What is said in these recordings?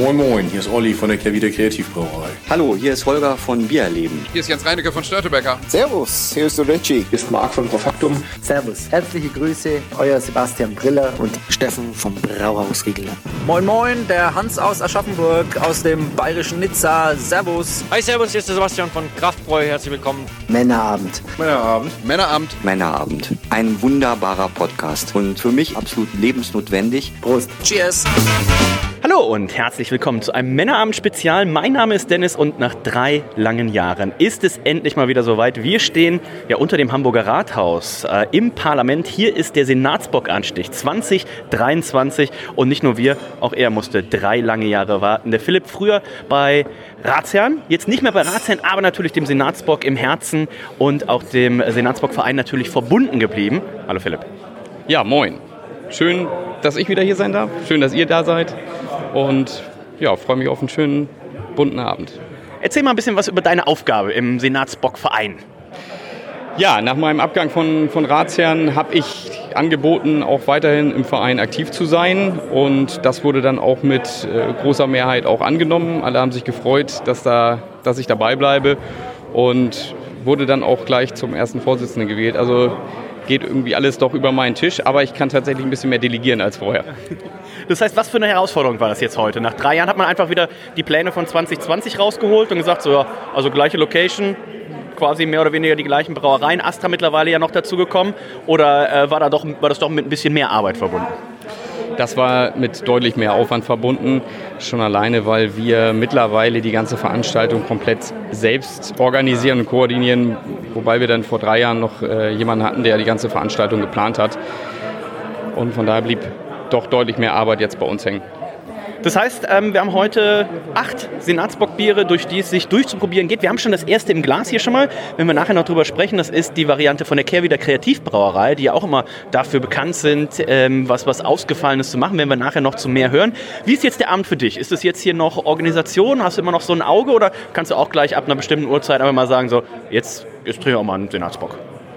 Moin Moin, hier ist Olli von der Kehrwieder Kreativbrauerei. Hallo, hier ist Holger von Biererleben. Hier ist Jens Reinecke von Störtebecker. Servus, hier ist der Richie. Hier ist Marc von Profaktum. Servus, herzliche Grüße, euer Sebastian Briller und Steffen vom Brauhaus Riegeland. Moin Moin, der Hans aus Aschaffenburg, aus dem bayerischen Nizza. Servus. Hi, servus, hier ist der Sebastian von Kraftbräu. Herzlich willkommen. Männerabend. Männerabend. Ein wunderbarer Podcast und für mich absolut lebensnotwendig. Prost. Cheers. Hallo und herzlich willkommen zu einem Männerabend-Spezial. Mein Name ist Dennis und nach 3 langen Jahren ist es endlich mal wieder soweit. Wir stehen ja unter dem Hamburger Rathaus im Parlament. Hier ist der Senatsbock-Anstich 2023 und nicht nur wir, auch er musste 3 lange Jahre warten. Der Philipp früher bei Ratsherrn, jetzt nicht mehr bei Ratsherrn, aber natürlich dem Senatsbock im Herzen und auch dem Senatsbock-Verein natürlich verbunden geblieben. Hallo Philipp. Ja, moin. Schön, dass ich wieder hier sein darf. Schön, dass ihr da seid. Und ja, freue mich auf einen schönen, bunten Abend. Erzähl mal ein bisschen was über deine Aufgabe im Senatsbock-Verein. Ja, nach meinem Abgang von Ratsherren habe ich angeboten, auch weiterhin im Verein aktiv zu sein. Und das wurde dann auch mit großer Mehrheit auch angenommen. Alle haben sich gefreut, dass ich dabei bleibe. Und wurde dann auch gleich zum ersten Vorsitzenden gewählt. Also geht irgendwie alles doch über meinen Tisch, aber ich kann tatsächlich ein bisschen mehr delegieren als vorher. Das heißt, was für eine Herausforderung war das jetzt heute? Nach 3 Jahren hat man einfach wieder die Pläne von 2020 rausgeholt und gesagt, so, ja, also gleiche Location, quasi mehr oder weniger die gleichen Brauereien. Astra mittlerweile ja noch dazugekommen. Oder war das doch mit ein bisschen mehr Arbeit verbunden? Das war mit deutlich mehr Aufwand verbunden, schon alleine, weil wir mittlerweile die ganze Veranstaltung komplett selbst organisieren und koordinieren, wobei wir dann vor 3 Jahren noch jemanden hatten, der die ganze Veranstaltung geplant hat. Und von daher blieb doch deutlich mehr Arbeit jetzt bei uns hängen. Das heißt, wir haben heute 8 Senatsbockbiere, durch die es sich durchzuprobieren geht. Wir haben schon das erste im Glas hier schon mal. Wenn wir nachher noch drüber sprechen, das ist die Variante von der Kehrwieder Kreativbrauerei, die ja auch immer dafür bekannt sind, was Ausgefallenes zu machen, wenn wir nachher noch zu mehr hören. Wie ist jetzt der Abend für dich? Ist das jetzt hier noch Organisation? Hast du immer noch so ein Auge oder kannst du auch gleich ab einer bestimmten Uhrzeit einfach mal sagen, so, jetzt trinken wir auch mal einen Senatsbock?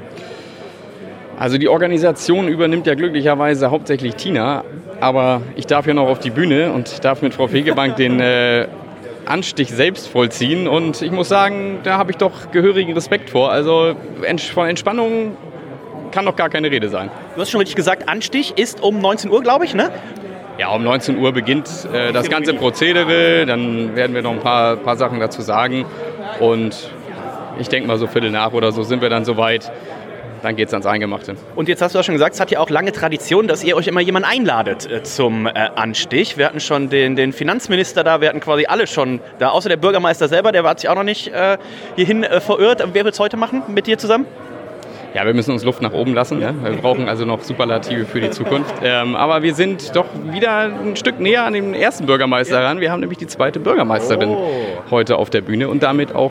Also die Organisation übernimmt ja glücklicherweise hauptsächlich Tina, aber ich darf ja noch auf die Bühne und darf mit Frau Fegebank den Anstich selbst vollziehen und ich muss sagen, da habe ich doch gehörigen Respekt vor. Also von Entspannung kann doch gar keine Rede sein. Du hast schon richtig gesagt, Anstich ist um 19 Uhr, glaube ich, ne? Ja, um 19 Uhr beginnt das ganze Prozedere, dann werden wir noch ein paar Sachen dazu sagen und ich denke mal so Viertel nach oder so sind wir dann soweit. Dann geht es ans Eingemachte. Und jetzt hast du ja schon gesagt, es hat ja auch lange Tradition, dass ihr euch immer jemanden einladet zum Anstich. Wir hatten schon den Finanzminister da, wir hatten quasi alle schon da, außer der Bürgermeister selber, der hat sich auch noch nicht hierhin verirrt. Wer wird es heute machen mit dir zusammen? Ja, wir müssen uns Luft nach oben lassen. Ja? Wir brauchen also noch Superlative für die Zukunft. Aber wir sind doch wieder ein Stück näher an den ersten Bürgermeister ran. Wir haben nämlich die 2. Bürgermeisterin heute auf der Bühne und damit auch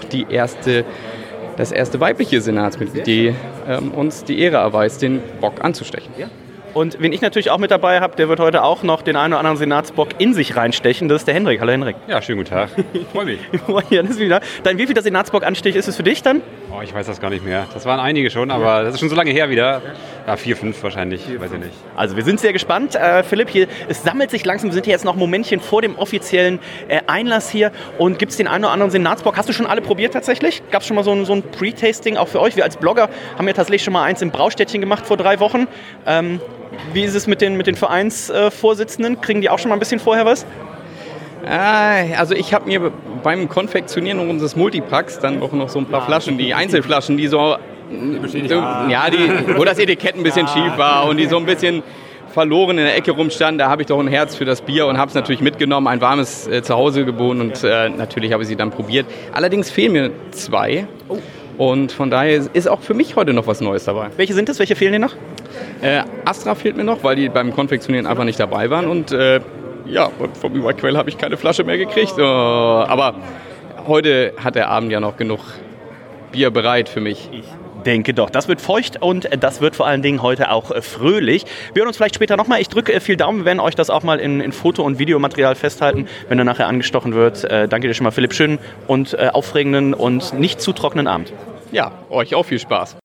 das erste weibliche Senatsmitglied, die uns die Ehre erweist, den Bock anzustechen. Ja. Und wen ich natürlich auch mit dabei habe, der wird heute auch noch den einen oder anderen Senatsbock in sich reinstechen. Das ist der Henrik. Hallo Henrik. Ja, schönen guten Tag. Ich freue mich. Ja, das ist wieder. Dein wievielter Senatsbock-Anstich ist es für dich dann? Oh, ich weiß das gar nicht mehr. Das waren einige schon, aber das ist schon so lange her wieder. Ja, 4, 5 wahrscheinlich, weiß ich nicht. Also wir sind sehr gespannt. Philipp, hier, es sammelt sich langsam. Wir sind hier jetzt noch ein Momentchen vor dem offiziellen Einlass hier. Und gibt es den einen oder anderen Senatsbock? Hast du schon alle probiert tatsächlich? Gab es schon mal so ein Pre-Tasting auch für euch? Wir als Blogger haben ja tatsächlich schon mal eins im Braustädtchen gemacht vor 3 Wochen. Wie ist es mit den Vereinsvorsitzenden? Kriegen die auch schon mal ein bisschen vorher was? Also ich habe mir beim Konfektionieren unseres Multipacks dann auch noch so ein paar Flaschen, die Einzelflaschen, die so, wo das Etikett ein bisschen schief war und die so ein bisschen verloren in der Ecke rumstanden. Da habe ich doch ein Herz für das Bier und habe es natürlich mitgenommen, ein warmes zu Hause geboten und natürlich habe ich sie dann probiert. Allerdings fehlen mir 2. Und von daher ist auch für mich heute noch was Neues dabei. Welche sind es? Welche fehlen dir noch? Astra fehlt mir noch, weil die beim Konfektionieren einfach nicht dabei waren. Und vom Überquell habe ich keine Flasche mehr gekriegt. Aber heute hat der Abend ja noch genug Bier bereit für mich. Ich denke doch. Das wird feucht und das wird vor allen Dingen heute auch fröhlich. Wir hören uns vielleicht später nochmal. Ich drücke viel Daumen. Wir werden euch das auch mal in Foto- und Videomaterial festhalten, wenn er nachher angestochen wird. Danke dir schon mal, Philipp. Schönen und aufregenden und nicht zu trockenen Abend. Ja, euch auch viel Spaß.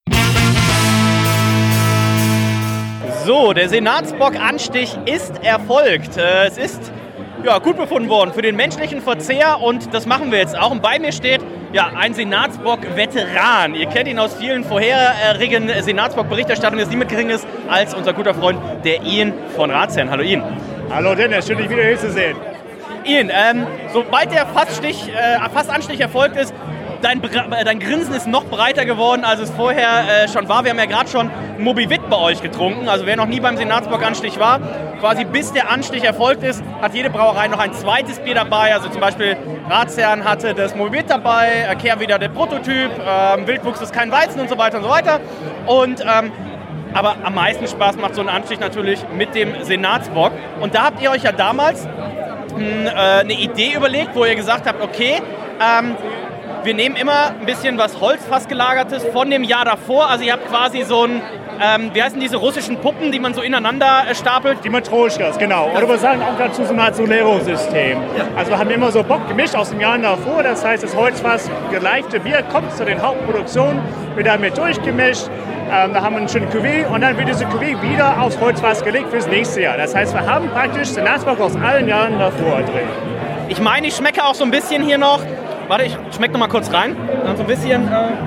So, der Senatsbock-Anstich ist erfolgt. Es ist ja, gut befunden worden für den menschlichen Verzehr und das machen wir jetzt auch. Und bei mir steht ein Senatsbock-Veteran. Ihr kennt ihn aus vielen vorherigen Senatsbock-Berichterstattungen, ist niemand Geringeres als unser guter Freund, der Ian von Ratsherren. Hallo Ian. Hallo Dennis, schön dich wieder hier zu sehen. Ian, sobald der Fassanstich erfolgt ist, dein Grinsen ist noch breiter geworden, als es vorher schon war. Wir haben ja gerade schon Moby-Witt bei euch getrunken. Also wer noch nie beim Senatsbock-Anstich war, quasi bis der Anstich erfolgt ist, hat jede Brauerei noch ein zweites Bier dabei. Also zum Beispiel Ratsherren hatte das Moby-Witt dabei, Kehr wieder der Prototyp, Wildwuchs ist kein Weizen und so weiter und so weiter. Und aber am meisten Spaß macht so ein Anstich natürlich mit dem Senatsbock. Und da habt ihr euch ja damals eine Idee überlegt, wo ihr gesagt habt, okay, wir nehmen immer ein bisschen was Holzfassgelagertes von dem Jahr davor. Also ihr habt quasi so ein, wie heißen diese russischen Puppen, die man so ineinander stapelt? Die Matroschkas, genau. Oder wir sagen auch dazu so eine Art Solero-System. Ja. Also wir haben immer so Bock gemischt aus dem Jahr davor. Das heißt, das Holzfass geleichte Bier kommt zu den Hauptproduktionen, wird damit durchgemischt. Da haben wir einen schönen Cuvée und dann wird diese Cuvée wieder aufs Holzfass gelegt fürs nächste Jahr. Das heißt, wir haben praktisch Senatsbock aus allen Jahren davor drin. Ich meine, ich schmecke auch so ein bisschen hier noch. Warte, ich schmecke noch mal kurz rein. Dann so ein bisschen,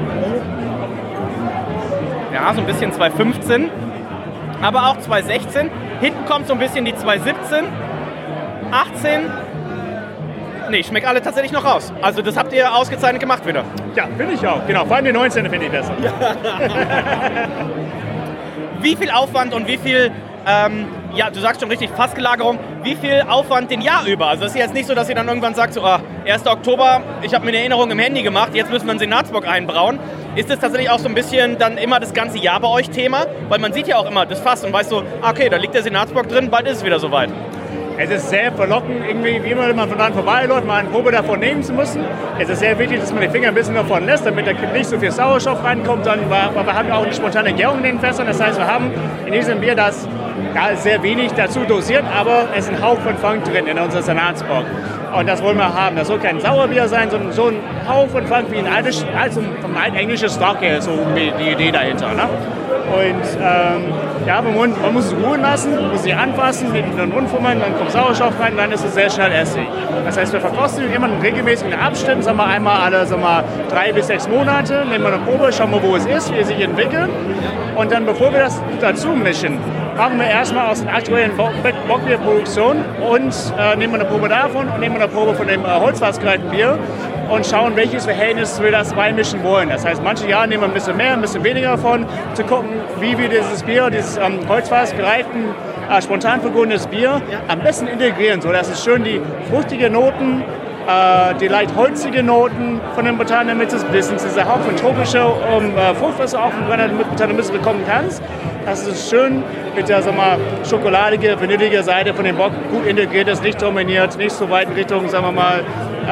so ein bisschen 2015, aber auch 2016. Hinten kommt so ein bisschen die 2017, 18. Nee, ich schmecke alle tatsächlich noch raus. Also das habt ihr ausgezeichnet gemacht wieder. Ja, finde ich auch. Genau, vor allem die 19. finde ich besser. Ja. Wie viel Aufwand und wie viel, du sagst schon richtig, Fassgelagerung, wie viel Aufwand den Jahr über? Also es ist jetzt nicht so, dass ihr dann irgendwann sagt, 1. Oktober, ich habe mir eine Erinnerung im Handy gemacht, jetzt müssen wir einen Senatsbock einbrauen. Ist das tatsächlich auch so ein bisschen dann immer das ganze Jahr bei euch Thema? Weil man sieht ja auch immer das Fass und weiß so, okay, da liegt der Senatsbock drin, bald ist es wieder soweit. Es ist sehr verlockend, irgendwie, wie immer man von dran vorbeiläuft, mal eine Probe davon nehmen zu müssen. Es ist sehr wichtig, dass man die Finger ein bisschen davon lässt, damit da nicht so viel Sauerstoff reinkommt. Aber wir haben auch eine spontane Gärung in den Fässern. Das heißt, wir haben in diesem Bier das sehr wenig dazu dosiert, aber es ist ein Hauch von Funk drin in unserem Senatsbock. Und das wollen wir haben. Das soll kein Sauerbier sein, sondern so ein Hauch von Funk wie ein altes, vom alten englischen Stock her, so die Idee dahinter. Ne? Und man muss es ruhen lassen, man muss sie anfassen, mit den Mund fummeln, dann kommt Sauerstoff rein, dann ist es sehr schnell Essig. Das heißt, wir verkosten immer in regelmäßigen Abständen, sagen wir einmal alle 3 bis 6 Monate, nehmen wir eine Probe, schauen wir, wo es ist, wie es sich entwickelt. Und dann, bevor wir das dazu mischen, machen wir erstmal aus den aktuellen Bockbierproduktionen und nehmen wir eine Probe davon und nehmen wir eine Probe von dem holzfassgereiften Bier und schauen, welches Verhältnis wir das beimischen wollen. Das heißt, manche Jahre nehmen wir ein bisschen mehr, ein bisschen weniger davon, zu gucken, wie wir dieses Bier, dieses holzfassgereiften, spontan vergorenes Bier am besten integrieren, sodass es schön die fruchtigen Noten, die leicht holzigen Noten von dem Botanomyces bis in diese Hauch von tropischer Frucht, was du auch von Botanomyces bekommen kannst. Das ist schön mit der schokoladige, vanillige Seite von dem Bock gut integriert ist, nicht dominiert, nicht so weit in Richtung, sagen wir mal,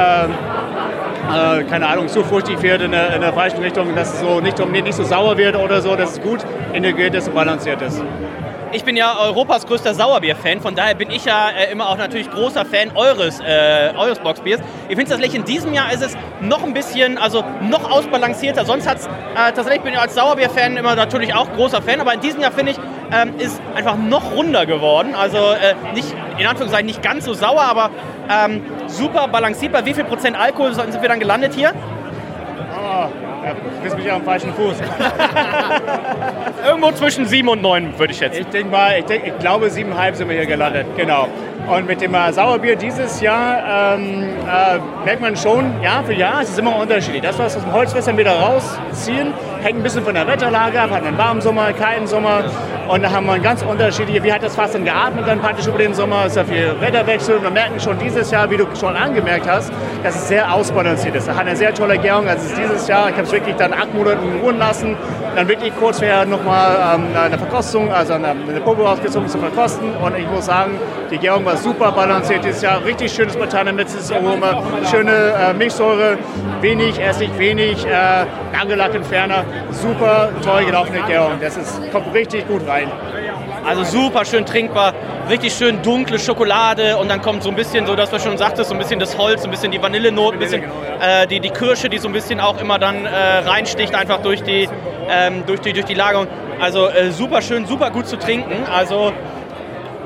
keine Ahnung, zu fruchtig wird in der falschen Richtung, dass es so nicht dominiert, nicht so sauer wird oder so, dass es gut integriert ist und balanciert ist. Ich bin ja Europas größter Sauerbier-Fan, von daher bin ich ja immer auch natürlich großer Fan eures Boxbiers. Ihr findet tatsächlich, in diesem Jahr ist es noch ein bisschen, also noch ausbalancierter. Sonst hat es, tatsächlich bin ich als Sauerbier-Fan immer natürlich auch großer Fan, aber in diesem Jahr finde ich, ist einfach noch runder geworden. Also nicht, in Anführungszeichen nicht ganz so sauer, aber super balancierbar. Wie viel Prozent Alkohol sind wir dann gelandet hier? Du bist mich am falschen Fuß. Irgendwo zwischen 7 und 9 würde ich schätzen. Ich glaube 7,5 sind wir hier gelandet, genau. Und mit dem Sauerbier dieses Jahr merkt man schon, Jahr für Jahr, es ist immer unterschiedlich. Das, was aus dem Holzfässern wieder rausziehen, hängt ein bisschen von der Wetterlage ab, hat einen warmen Sommer, kalten Sommer. Und da haben wir ganz unterschiedliche, wie hat das Fass dann geatmet dann praktisch über den Sommer, ist ja viel Wetterwechsel. Und wir merken schon dieses Jahr, wie du schon angemerkt hast, dass es sehr ausbalanciert ist. Es hat eine sehr tolle Gärung, also es ist dieses Jahr, ich habe es wirklich dann 8 Monate ruhen lassen, dann wirklich kurz vorher nochmal eine Verkostung, also eine Probe rausgezogen zu verkosten. Und ich muss sagen, die Gärung war super balanciert dieses Jahr, richtig schönes Botanomyces-Aroma, schöne Milchsäure, wenig Essig, wenig Nagellackentferner, super toll gelaufene Gärung. Kommt richtig gut rein. Also super schön trinkbar, richtig schön dunkle Schokolade und dann kommt so ein bisschen, so dass du schon sagtest, so ein bisschen das Holz, so ein bisschen die Vanillenote, ein bisschen die Kirsche, die so ein bisschen auch immer dann reinsticht, einfach durch die Lagerung. Also super schön, super gut zu trinken. Also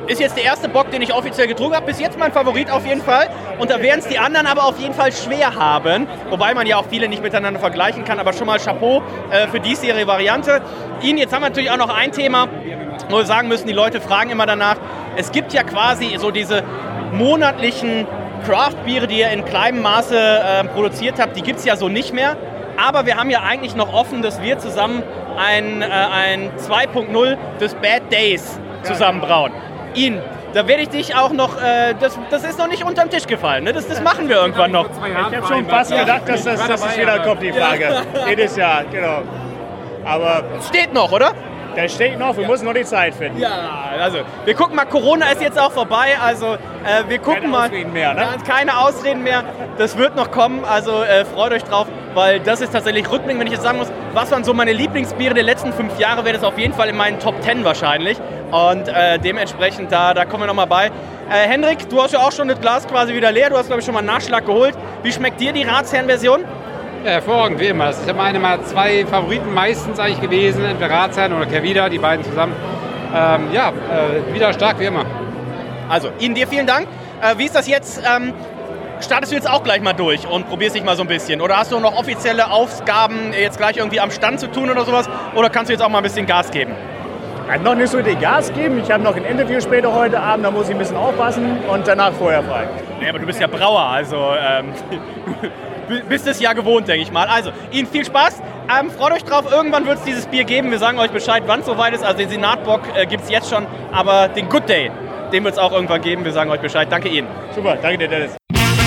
Ist jetzt der erste Bock, den ich offiziell getrunken habe. Bis jetzt mein Favorit auf jeden Fall. Und da werden es die anderen aber auf jeden Fall schwer haben. Wobei man ja auch viele nicht miteinander vergleichen kann. Aber schon mal Chapeau für diesjährige Variante. Ihnen, jetzt haben wir natürlich auch noch ein Thema, wo wir sagen müssen, die Leute fragen immer danach. Es gibt ja quasi so diese monatlichen Craft-Biere, die ihr in kleinem Maße produziert habt. Die gibt es ja so nicht mehr. Aber wir haben ja eigentlich noch offen, dass wir zusammen ein 2.0 des Bad Days zusammenbrauen. Ihn, da werde ich dich auch noch, das ist noch nicht unterm Tisch gefallen, ne? Das machen wir irgendwann noch. Ich habe schon fast gedacht, dass das wieder kommt, die Frage. Jedes Jahr, genau. Aber steht noch, oder? Der steht noch, wir müssen noch die Zeit finden. Ja, also wir gucken mal, Corona ist jetzt auch vorbei, also wir gucken mal. Keine Ausreden mehr, ne? Keine Ausreden mehr, das wird noch kommen, also freut euch drauf, weil das ist tatsächlich Rückblick, wenn ich jetzt sagen muss, was waren so meine Lieblingsbiere der letzten 5 Jahre, wäre das auf jeden Fall in meinen Top 10 wahrscheinlich und dementsprechend, da kommen wir nochmal bei. Hendrik, du hast ja auch schon das Glas quasi wieder leer, du hast glaube ich schon mal einen Nachschlag geholt. Wie schmeckt dir die Ratsherren-Version? Ja, hervorragend, wie immer. Das ist ja meine mal 2 Favoriten meistens eigentlich gewesen, entweder Ratsherren oder Kehrwieder, die beiden zusammen. Wieder stark wie immer. Also, Ihnen dir vielen Dank. Wie ist das jetzt? Startest du jetzt auch gleich mal durch und probierst dich mal so ein bisschen? Oder hast du noch offizielle Aufgaben, jetzt gleich irgendwie am Stand zu tun oder sowas? Oder kannst du jetzt auch mal ein bisschen Gas geben? Ich kann noch nicht so viel Gas geben. Ich habe noch ein Interview später heute Abend, da muss ich ein bisschen aufpassen und danach feuerfrei. Ja, aber du bist ja Brauer, also bist es ja gewohnt, denke ich mal. Also, Ihnen viel Spaß. Freut euch drauf, irgendwann wird es dieses Bier geben. Wir sagen euch Bescheid, wann es soweit ist. Also den Senatbock gibt es jetzt schon, aber den Good Day, den wird es auch irgendwann geben. Wir sagen euch Bescheid. Danke Ihnen. Super, danke dir, Dennis.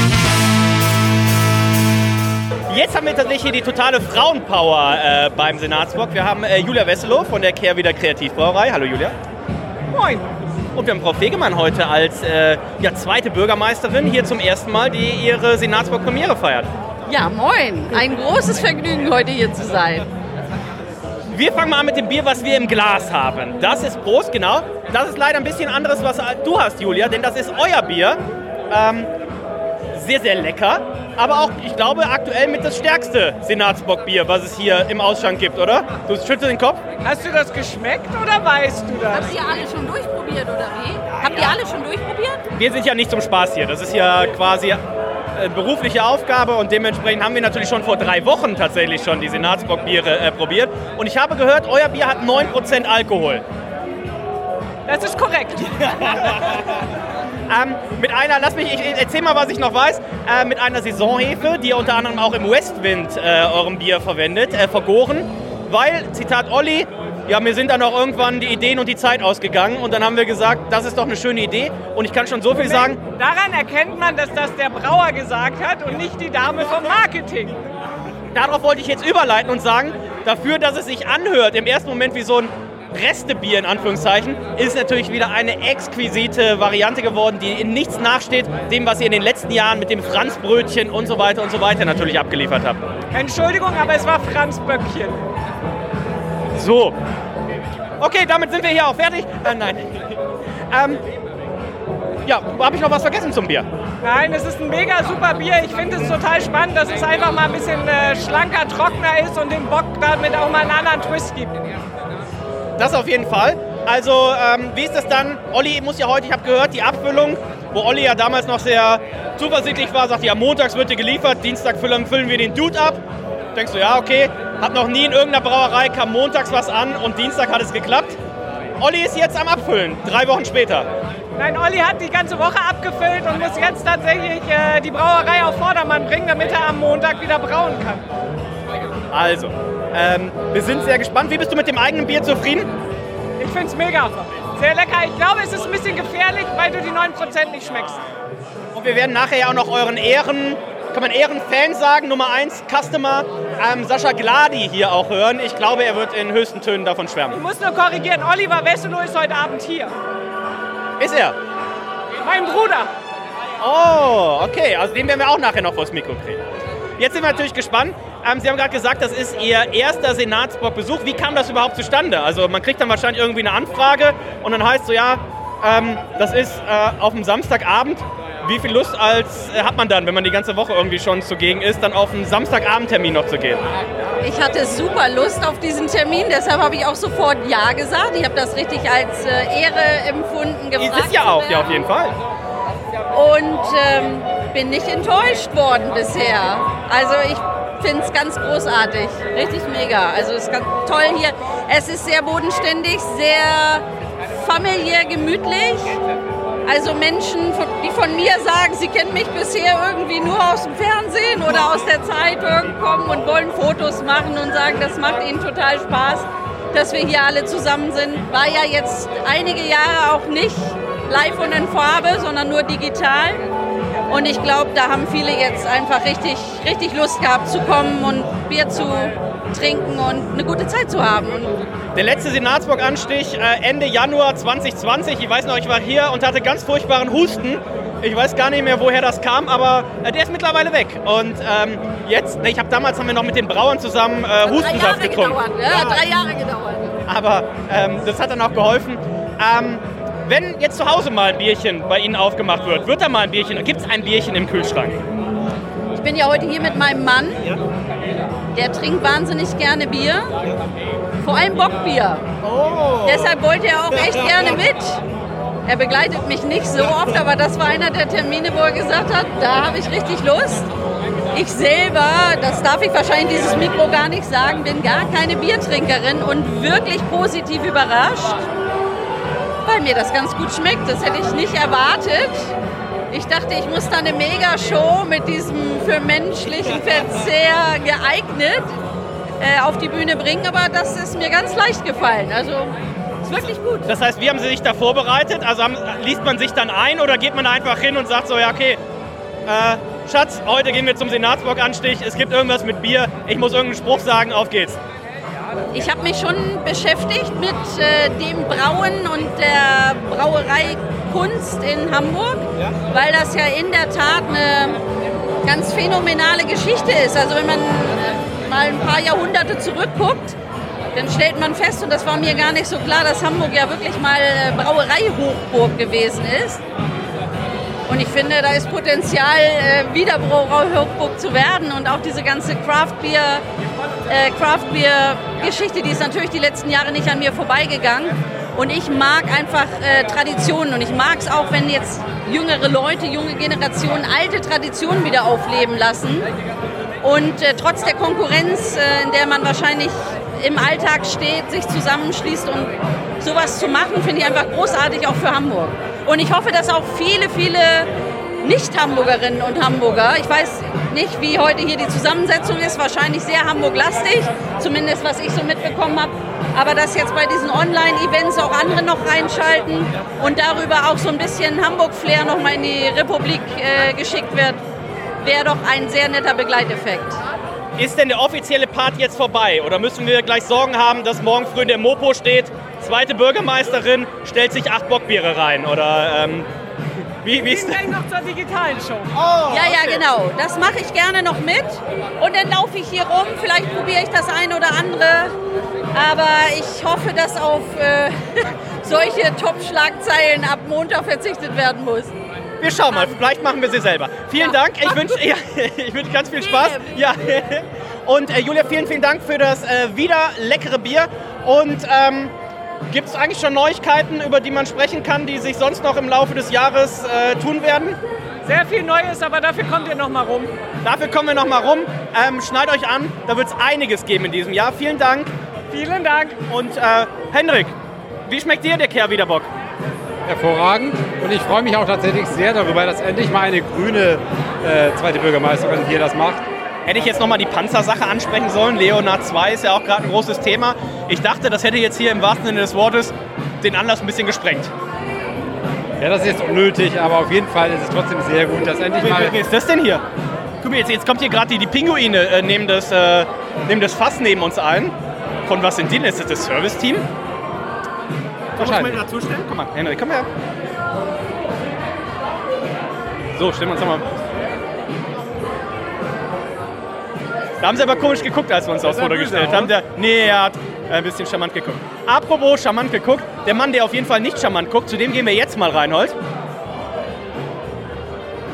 Jetzt haben wir tatsächlich hier die totale Frauenpower beim Senatsbock. Wir haben Julia Wesselow von der Kehrwieder Kreativbrauerei. Hallo Julia. Moin. Und wir haben Frau Fegemann heute als zweite Bürgermeisterin hier zum ersten Mal, die ihre Senatsbock-Premiere feiert. Ja, moin. Ein großes Vergnügen, heute hier zu sein. Wir fangen mal an mit dem Bier, was wir im Glas haben. Das ist Prost, genau. Das ist leider ein bisschen anderes, was du hast, Julia, denn das ist euer Bier. Sehr, sehr lecker. Aber auch, ich glaube, aktuell mit das stärkste Senatsbock-Bier, was es hier im Ausschank gibt, oder? Du schüttelst den Kopf. Hast du das geschmeckt oder weißt du das? Habt ihr alle schon durchprobiert, oder wie? Habt ihr alle schon durchprobiert? Wir sind ja nicht zum Spaß hier. Das ist ja quasi berufliche Aufgabe und dementsprechend haben wir natürlich schon vor 3 Wochen tatsächlich schon die Senatsbock-Biere probiert. Und ich habe gehört, euer Bier hat 9% Alkohol. Das ist korrekt. Mit einer, ich erzähl mal, was ich noch weiß, mit einer Saisonhefe, die ihr unter anderem auch im Westwind eurem Bier verwendet, vergoren, weil, Zitat Olli, ja, mir sind dann auch irgendwann die Ideen und die Zeit ausgegangen und dann haben wir gesagt, das ist doch eine schöne Idee und ich kann schon so viel sagen. Daran erkennt man, dass das der Brauer gesagt hat und nicht die Dame vom Marketing. Darauf wollte ich jetzt überleiten und sagen, dafür, dass es sich anhört im ersten Moment wie so ein Restebier in Anführungszeichen, ist natürlich wieder eine exquisite Variante geworden, die in nichts nachsteht dem, was ihr in den letzten Jahren mit dem Franzbrötchen und so weiter natürlich abgeliefert habt. Entschuldigung, aber es war Franz Böckchen. So. Okay, damit sind wir hier auch fertig. Nein. Habe ich noch was vergessen zum Bier? Nein, es ist ein mega super Bier. Ich finde es total spannend, dass es einfach mal ein bisschen schlanker, trockener ist und dem Bock damit auch mal einen anderen Twist gibt. Das auf jeden Fall. Also, wie ist das dann? Olli muss ja heute, ich habe gehört, die Abfüllung, wo Olli ja damals noch sehr zuversichtlich war, sagte ja, montags wird dir geliefert, Dienstag füllen wir den Dude ab. Denkst du, ja, okay, hat noch nie in irgendeiner Brauerei, kam montags was an und Dienstag hat es geklappt. Olli ist jetzt am Abfüllen, 3 Wochen später. Nein, Olli hat die ganze Woche abgefüllt und muss jetzt tatsächlich die Brauerei auf Vordermann bringen, damit er am Montag wieder brauen kann. Also, wir sind sehr gespannt. Wie bist du mit dem eigenen Bier zufrieden? Ich finde es mega. Sehr lecker. Ich glaube, es ist ein bisschen gefährlich, weil du die 9% nicht schmeckst. Und wir werden nachher ja auch noch euren Ehrenfan sagen, Nummer 1 Customer, Sascha Gladi hier auch hören. Ich glaube, er wird in höchsten Tönen davon schwärmen. Ich muss nur korrigieren, Oliver Wesselow ist heute Abend hier. Ist er? Mein Bruder. Oh, okay. Also den werden wir auch nachher noch vors Mikro kriegen. Jetzt sind wir natürlich gespannt. Sie haben gerade gesagt, das ist Ihr erster Senatsbock-Besuch. Wie kam das überhaupt zustande? Also man kriegt dann wahrscheinlich irgendwie eine Anfrage und dann heißt so, ja, das ist auf dem Samstagabend. Wie viel Lust hat man dann, wenn man die ganze Woche irgendwie schon zugegen ist, dann auf einen Samstagabendtermin noch zu gehen? Ich hatte super Lust auf diesen Termin, deshalb habe ich auch sofort Ja gesagt. Ich habe das richtig als Ehre empfunden, gefragt. Ist ja auch, ja, auf jeden Fall. Und bin nicht enttäuscht worden bisher. Also ich finde es ganz großartig, richtig mega. Also es ist ganz toll hier. Es ist sehr bodenständig, sehr familiär, gemütlich. Also Menschen, die von mir sagen, sie kennen mich bisher irgendwie nur aus dem Fernsehen oder aus der Zeitung, kommen und wollen Fotos machen und sagen, das macht ihnen total Spaß, dass wir hier alle zusammen sind. War ja jetzt einige Jahre auch nicht live und in Farbe, sondern nur digital. Und ich glaube, da haben viele jetzt einfach richtig Lust gehabt zu kommen und Bier zu trinken und eine gute Zeit zu haben. Der letzte Senatsburg-Anstich Ende Januar 2020, ich weiß noch, ich war hier und hatte ganz furchtbaren Husten. Ich weiß gar nicht mehr, woher das kam, aber der ist mittlerweile weg. Und jetzt, damals haben wir noch mit den Brauern zusammen Hustensaft getrunken. 3 Jahre gedauert. Aber das hat dann auch geholfen. Wenn jetzt zu Hause mal ein Bierchen bei Ihnen aufgemacht wird da mal ein Bierchen, gibt es ein Bierchen im Kühlschrank? Ich bin ja heute hier mit meinem Mann. Der trinkt wahnsinnig gerne Bier. Vor allem Bockbier. Oh. Deshalb wollte er auch echt gerne mit. Er begleitet mich nicht so oft, aber das war einer der Termine, wo er gesagt hat, da habe ich richtig Lust. Ich selber, das darf ich wahrscheinlich in dieses Mikro gar nicht sagen, bin gar keine Biertrinkerin und wirklich positiv überrascht, weil mir das ganz gut schmeckt. Das hätte ich nicht erwartet. Ich dachte, ich muss da eine Mega-Show mit diesem für menschlichen Verzehr geeignet auf die Bühne bringen, aber das ist mir ganz leicht gefallen. Also ist wirklich gut. Das heißt, wie haben Sie sich da vorbereitet? Also liest man sich dann ein oder geht man da einfach hin und sagt so, ja okay, Schatz, heute gehen wir zum Senatsburg-Anstich, es gibt irgendwas mit Bier, ich muss irgendeinen Spruch sagen, auf geht's. Ich habe mich schon beschäftigt mit dem Brauen und der Brauereikunst in Hamburg, weil das ja in der Tat eine ganz phänomenale Geschichte ist. Also wenn man mal ein paar Jahrhunderte zurückguckt, dann stellt man fest, und das war mir gar nicht so klar, dass Hamburg ja wirklich mal Brauerei-Hochburg gewesen ist. Und ich finde, da ist Potenzial, wieder Brauerei-Hochburg zu werden. Und auch diese ganze Craft-Bier-Geschichte, die ist natürlich die letzten Jahre nicht an mir vorbeigegangen. Und ich mag einfach Traditionen. Und ich mag es auch, wenn jetzt jüngere Leute, junge Generationen alte Traditionen wieder aufleben lassen. Und trotz der Konkurrenz, in der man wahrscheinlich im Alltag steht, sich zusammenschließt und sowas zu machen, finde ich einfach großartig, auch für Hamburg. Und ich hoffe, dass auch viele Nicht-Hamburgerinnen und Hamburger, ich weiß nicht, wie heute hier die Zusammensetzung ist, wahrscheinlich sehr Hamburg-lastig, zumindest was ich so mitbekommen habe, aber dass jetzt bei diesen Online-Events auch andere noch reinschalten und darüber auch so ein bisschen Hamburg-Flair nochmal in die Republik geschickt wird, wäre doch ein sehr netter Begleiteffekt. Ist denn der offizielle Part jetzt vorbei oder müssen wir gleich Sorgen haben, dass morgen früh in der Mopo steht, zweite Bürgermeisterin stellt sich 8 Bockbiere rein oder wie ist das? Noch zur digitalen Show. Oh, ja, okay. Genau. Das mache ich gerne noch mit und dann laufe ich hier rum, vielleicht probiere ich das eine oder andere, aber ich hoffe, dass auf solche Top-Schlagzeilen ab Montag verzichtet werden muss. Wir schauen mal, vielleicht machen wir sie selber. Vielen Dank, ich wünsche ganz viel Spaß. Ja. Und Julia, vielen Dank für das wieder leckere Bier. Und gibt es eigentlich schon Neuigkeiten, über die man sprechen kann, die sich sonst noch im Laufe des Jahres tun werden? Sehr viel Neues, aber dafür kommt ihr noch mal rum. Dafür kommen wir noch mal rum. Schneid euch an, da wird es einiges geben in diesem Jahr. Vielen Dank. Vielen Dank. Und Hendrik, wie schmeckt dir der Kehrwiederbock? Hervorragend. Und ich freue mich auch tatsächlich sehr darüber, dass endlich mal eine grüne zweite Bürgermeisterin hier das macht. Hätte ich jetzt nochmal die Panzersache ansprechen sollen. Leonhard 2 ist ja auch gerade ein großes Thema. Ich dachte, das hätte jetzt hier im wahrsten Sinne des Wortes den Anlass ein bisschen gesprengt. Ja, das ist jetzt unnötig, aber auf jeden Fall ist es trotzdem sehr gut, dass endlich mal... Wie ist das denn hier? Guck mal, jetzt kommt hier gerade die Pinguine, nehmen das Fass neben uns ein. Von was sind die denn? Ist das das Service-Team? Wahrscheinlich. Mal dazustellen? Komm mal, Henrik, komm her. So, stellen wir uns nochmal. Da haben sie aber komisch geguckt, als wir uns aufs Foto gestellt haben. Er hat ein bisschen charmant geguckt. Apropos charmant geguckt, der Mann, der auf jeden Fall nicht charmant guckt, zu dem gehen wir jetzt mal, Reinhold.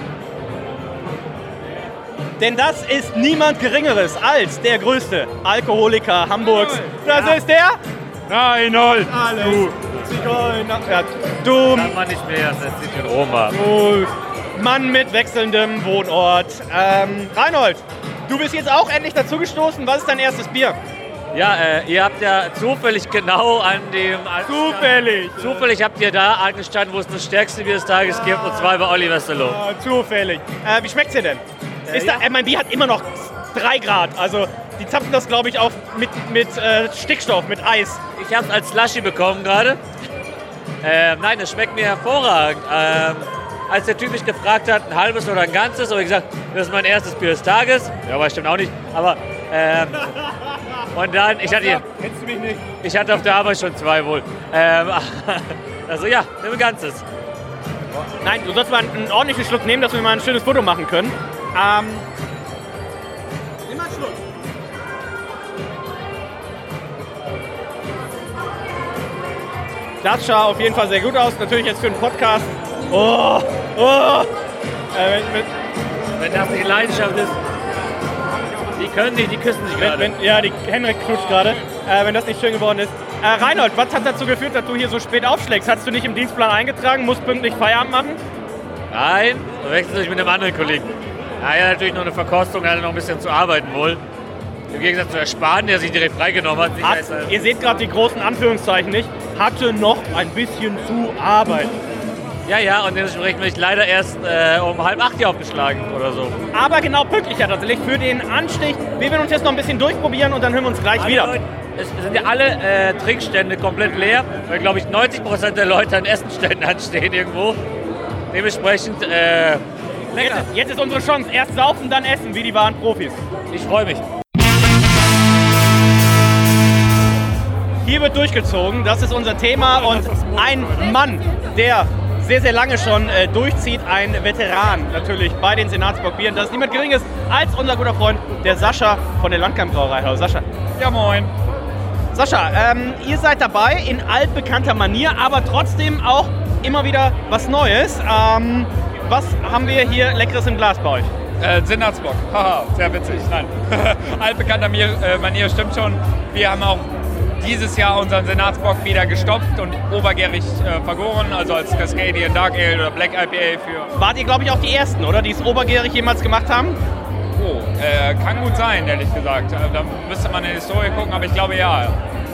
Denn das ist niemand Geringeres als der größte Alkoholiker Hamburgs. Das ist der Reinhold. Du Zigeuner. Ja, du Kann man nicht mehr, das ist in Roma. Mann mit wechselndem Wohnort. Reinhold, du bist jetzt auch endlich dazugestoßen. Was ist dein erstes Bier? Ja, ihr habt ja zufällig genau an dem... Zufällig habt ihr da angestanden, wo es das stärkste Bier des Tages gibt, und zwar bei Olli Westerlo. Zufällig. Wie schmeckt's dir denn? Mein Bier hat immer noch 3 Grad. Also die zapfen das, glaube ich, auf mit Stickstoff, mit Eis. Ich habe es als Slushy bekommen gerade. Nein, das schmeckt mir hervorragend. Als der Typ mich gefragt hat, ein halbes oder ein ganzes, habe ich gesagt, das ist mein erstes Bier des Tages. Ja, aber stimmt auch nicht. Aber und dann, Kennst du mich nicht? ich hatte auf der Arbeit schon 2 wohl. Also ja, nimm ein ganzes. Nein, du sollst mal einen ordentlichen Schluck nehmen, dass wir mal ein schönes Foto machen können. Nimm mal einen Schluck. Das sah auf jeden Fall sehr gut aus. Natürlich jetzt für einen Podcast. Wenn das nicht Leidenschaft ist, die küssen sich gerade. Ja, die Henrik knutscht gerade. Wenn das nicht schön geworden ist. Reinhold, was hat dazu geführt, dass du hier so spät aufschlägst? Hast du nicht im Dienstplan eingetragen, musst pünktlich Feierabend machen? Nein, wechseln sich mit einem anderen Kollegen. Ja, natürlich noch eine Verkostung, er hatte noch ein bisschen zu arbeiten wohl. Im Gegensatz zu der Spahn, der sich direkt freigenommen hat. Ihr seht gerade die großen Anführungszeichen nicht. Hatte noch ein bisschen zu arbeiten. Ja, und dementsprechend bin ich leider erst um 7:30 hier aufgeschlagen oder so. Aber genau pünktlicher tatsächlich für den Anstich. Wir werden uns jetzt noch ein bisschen durchprobieren und dann hören wir uns gleich wieder. Leute, es sind ja alle Trinkstände komplett leer, weil, glaube ich, 90% der Leute an Essenständen anstehen irgendwo. Dementsprechend lecker. Jetzt ist unsere Chance. Erst saufen, dann essen, wie die wahren Profis. Ich freue mich. Hier wird durchgezogen, das ist unser Thema, und ein Mann, der sehr, sehr lange schon durchzieht, ein Veteran natürlich bei den Senatsbock-Bieren. Das ist niemand Geringes als unser guter Freund, der Sascha von der Landkamp-Brauerei. Hallo Sascha. Ja, moin. Sascha, ihr seid dabei in altbekannter Manier, aber trotzdem auch immer wieder was Neues. Was haben wir hier Leckeres im Glas bei euch? Senatsbock. Haha, sehr witzig. Nein. Altbekannter Manier stimmt schon. Wir haben auch dieses Jahr unseren Senatsbock wieder gestopft und obergärig vergoren, also als Cascadian Dark Ale oder Black IPA für... Wart ihr, glaube ich, auch die Ersten, oder? Die es obergärig jemals gemacht haben? Oh, kann gut sein, ehrlich gesagt. Da müsste man in die Historie gucken, aber ich glaube ja.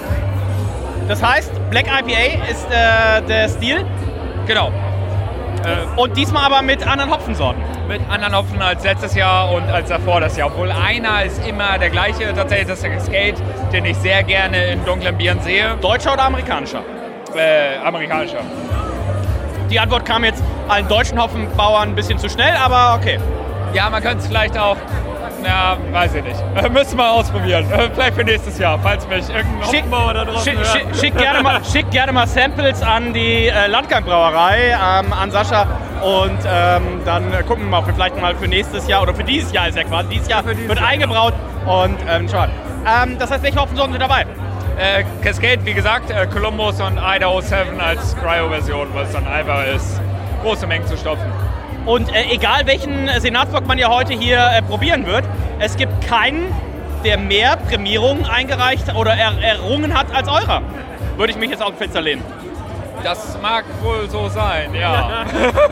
Das heißt, Black IPA ist der Stil? Genau. Und diesmal aber mit anderen Hopfensorten? Mit anderen Hopfen als letztes Jahr und als davor das Jahr. Obwohl einer ist immer der gleiche, tatsächlich, das ist der Cascade, den ich sehr gerne in dunklen Bieren sehe. Deutscher oder amerikanischer? Amerikanischer. Die Antwort kam jetzt allen deutschen Hopfenbauern ein bisschen zu schnell, aber okay. Ja, man könnte es vielleicht auch, na, weiß ich nicht. Müssen wir ausprobieren. Vielleicht für nächstes Jahr, falls mich irgendein Hopfenbauer da draußen hört. Schick gerne mal Samples an die Landkamp-Brauerei, an Sascha. Und dann gucken wir mal, ob wir vielleicht mal für nächstes Jahr, oder für dieses Jahr ist ja quasi, dieses Jahr wird eingebraut. Und schau mal. Das heißt, welche Hopfensorten sind dabei? Cascade, wie gesagt, Columbus und Idaho 7 als Cryo-Version, weil es dann einfach ist, große Mengen zu stopfen. Und egal welchen Senatsbock man ja heute hier probieren wird, es gibt keinen, der mehr Prämierungen eingereicht oder errungen hat als eurer. Würde ich mich jetzt auch Fenster lehnen. Das mag wohl so sein, ja.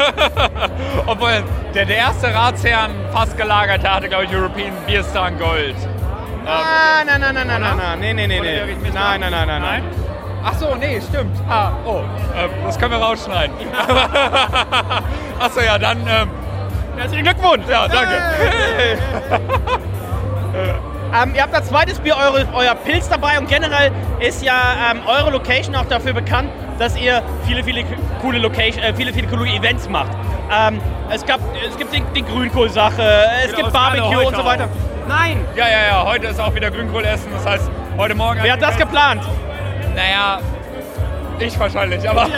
Obwohl, der erste Ratsherrn fast gelagert hatte, glaube ich, European Beer Star Gold. Nein. Ach so, nee, stimmt. Das können wir rausschneiden. Ach so, ja, dann... Herzlichen Glückwunsch! Ja, danke. Ihr habt als zweites Bier euer Pilz dabei, und generell ist ja eure Location auch dafür bekannt, dass ihr viele coole Events macht. Es gibt die Grünkohl-Sache, es gibt Barbecue und so weiter. Auch. Nein! Ja, heute ist auch wieder Grünkohl essen, das heißt, heute Morgen... Wer hat das geplant? Naja, ich wahrscheinlich, aber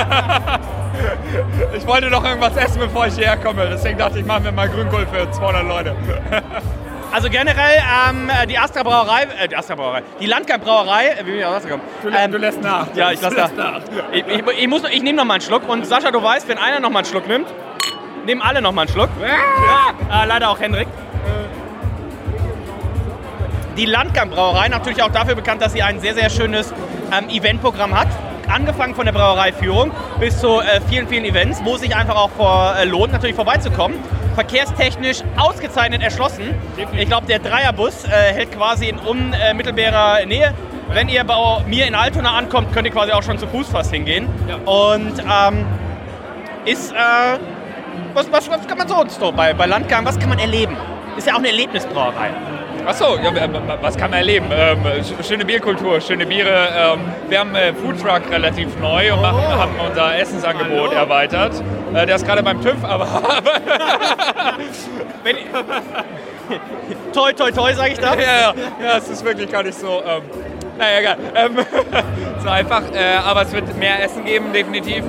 ich wollte noch irgendwas essen, bevor ich hierher komme. Deswegen dachte ich, machen wir mal Grünkohl für 200 Leute. Also generell die die Landkamp-Brauerei, wie bin ich aus gekommen? Du lässt nach. Ja, ich lasse nach. Ich nehme noch mal einen Schluck, und Sascha, du weißt, wenn einer noch mal einen Schluck nimmt, nehmen alle noch mal einen Schluck. Ja. Leider auch Henrik. Die Landgang-Brauerei, natürlich auch dafür bekannt, dass sie ein sehr, sehr schönes Eventprogramm hat. Angefangen von der Brauereiführung bis zu vielen, vielen Events, wo es sich einfach auch lohnt, natürlich vorbeizukommen. Verkehrstechnisch ausgezeichnet erschlossen. Ich glaube, der Dreierbus hält quasi in unmittelbarer Nähe. Wenn ihr bei mir in Altona ankommt, könnt ihr quasi auch schon zu Fuß fast hingehen. Ja. Und was kann man sonst so bei Landgang, was kann man erleben? Ist ja auch eine Erlebnisbrauerei. Achso, ja, was kann man erleben? Schöne Bierkultur, schöne Biere. Wir haben Foodtruck relativ neu und haben unser Essensangebot erweitert. Der ist gerade beim TÜV, aber... Toi, toi, toi, sage ich da. Ja, es ist wirklich gar nicht so... naja, egal. So einfach. Aber es wird mehr Essen geben, definitiv.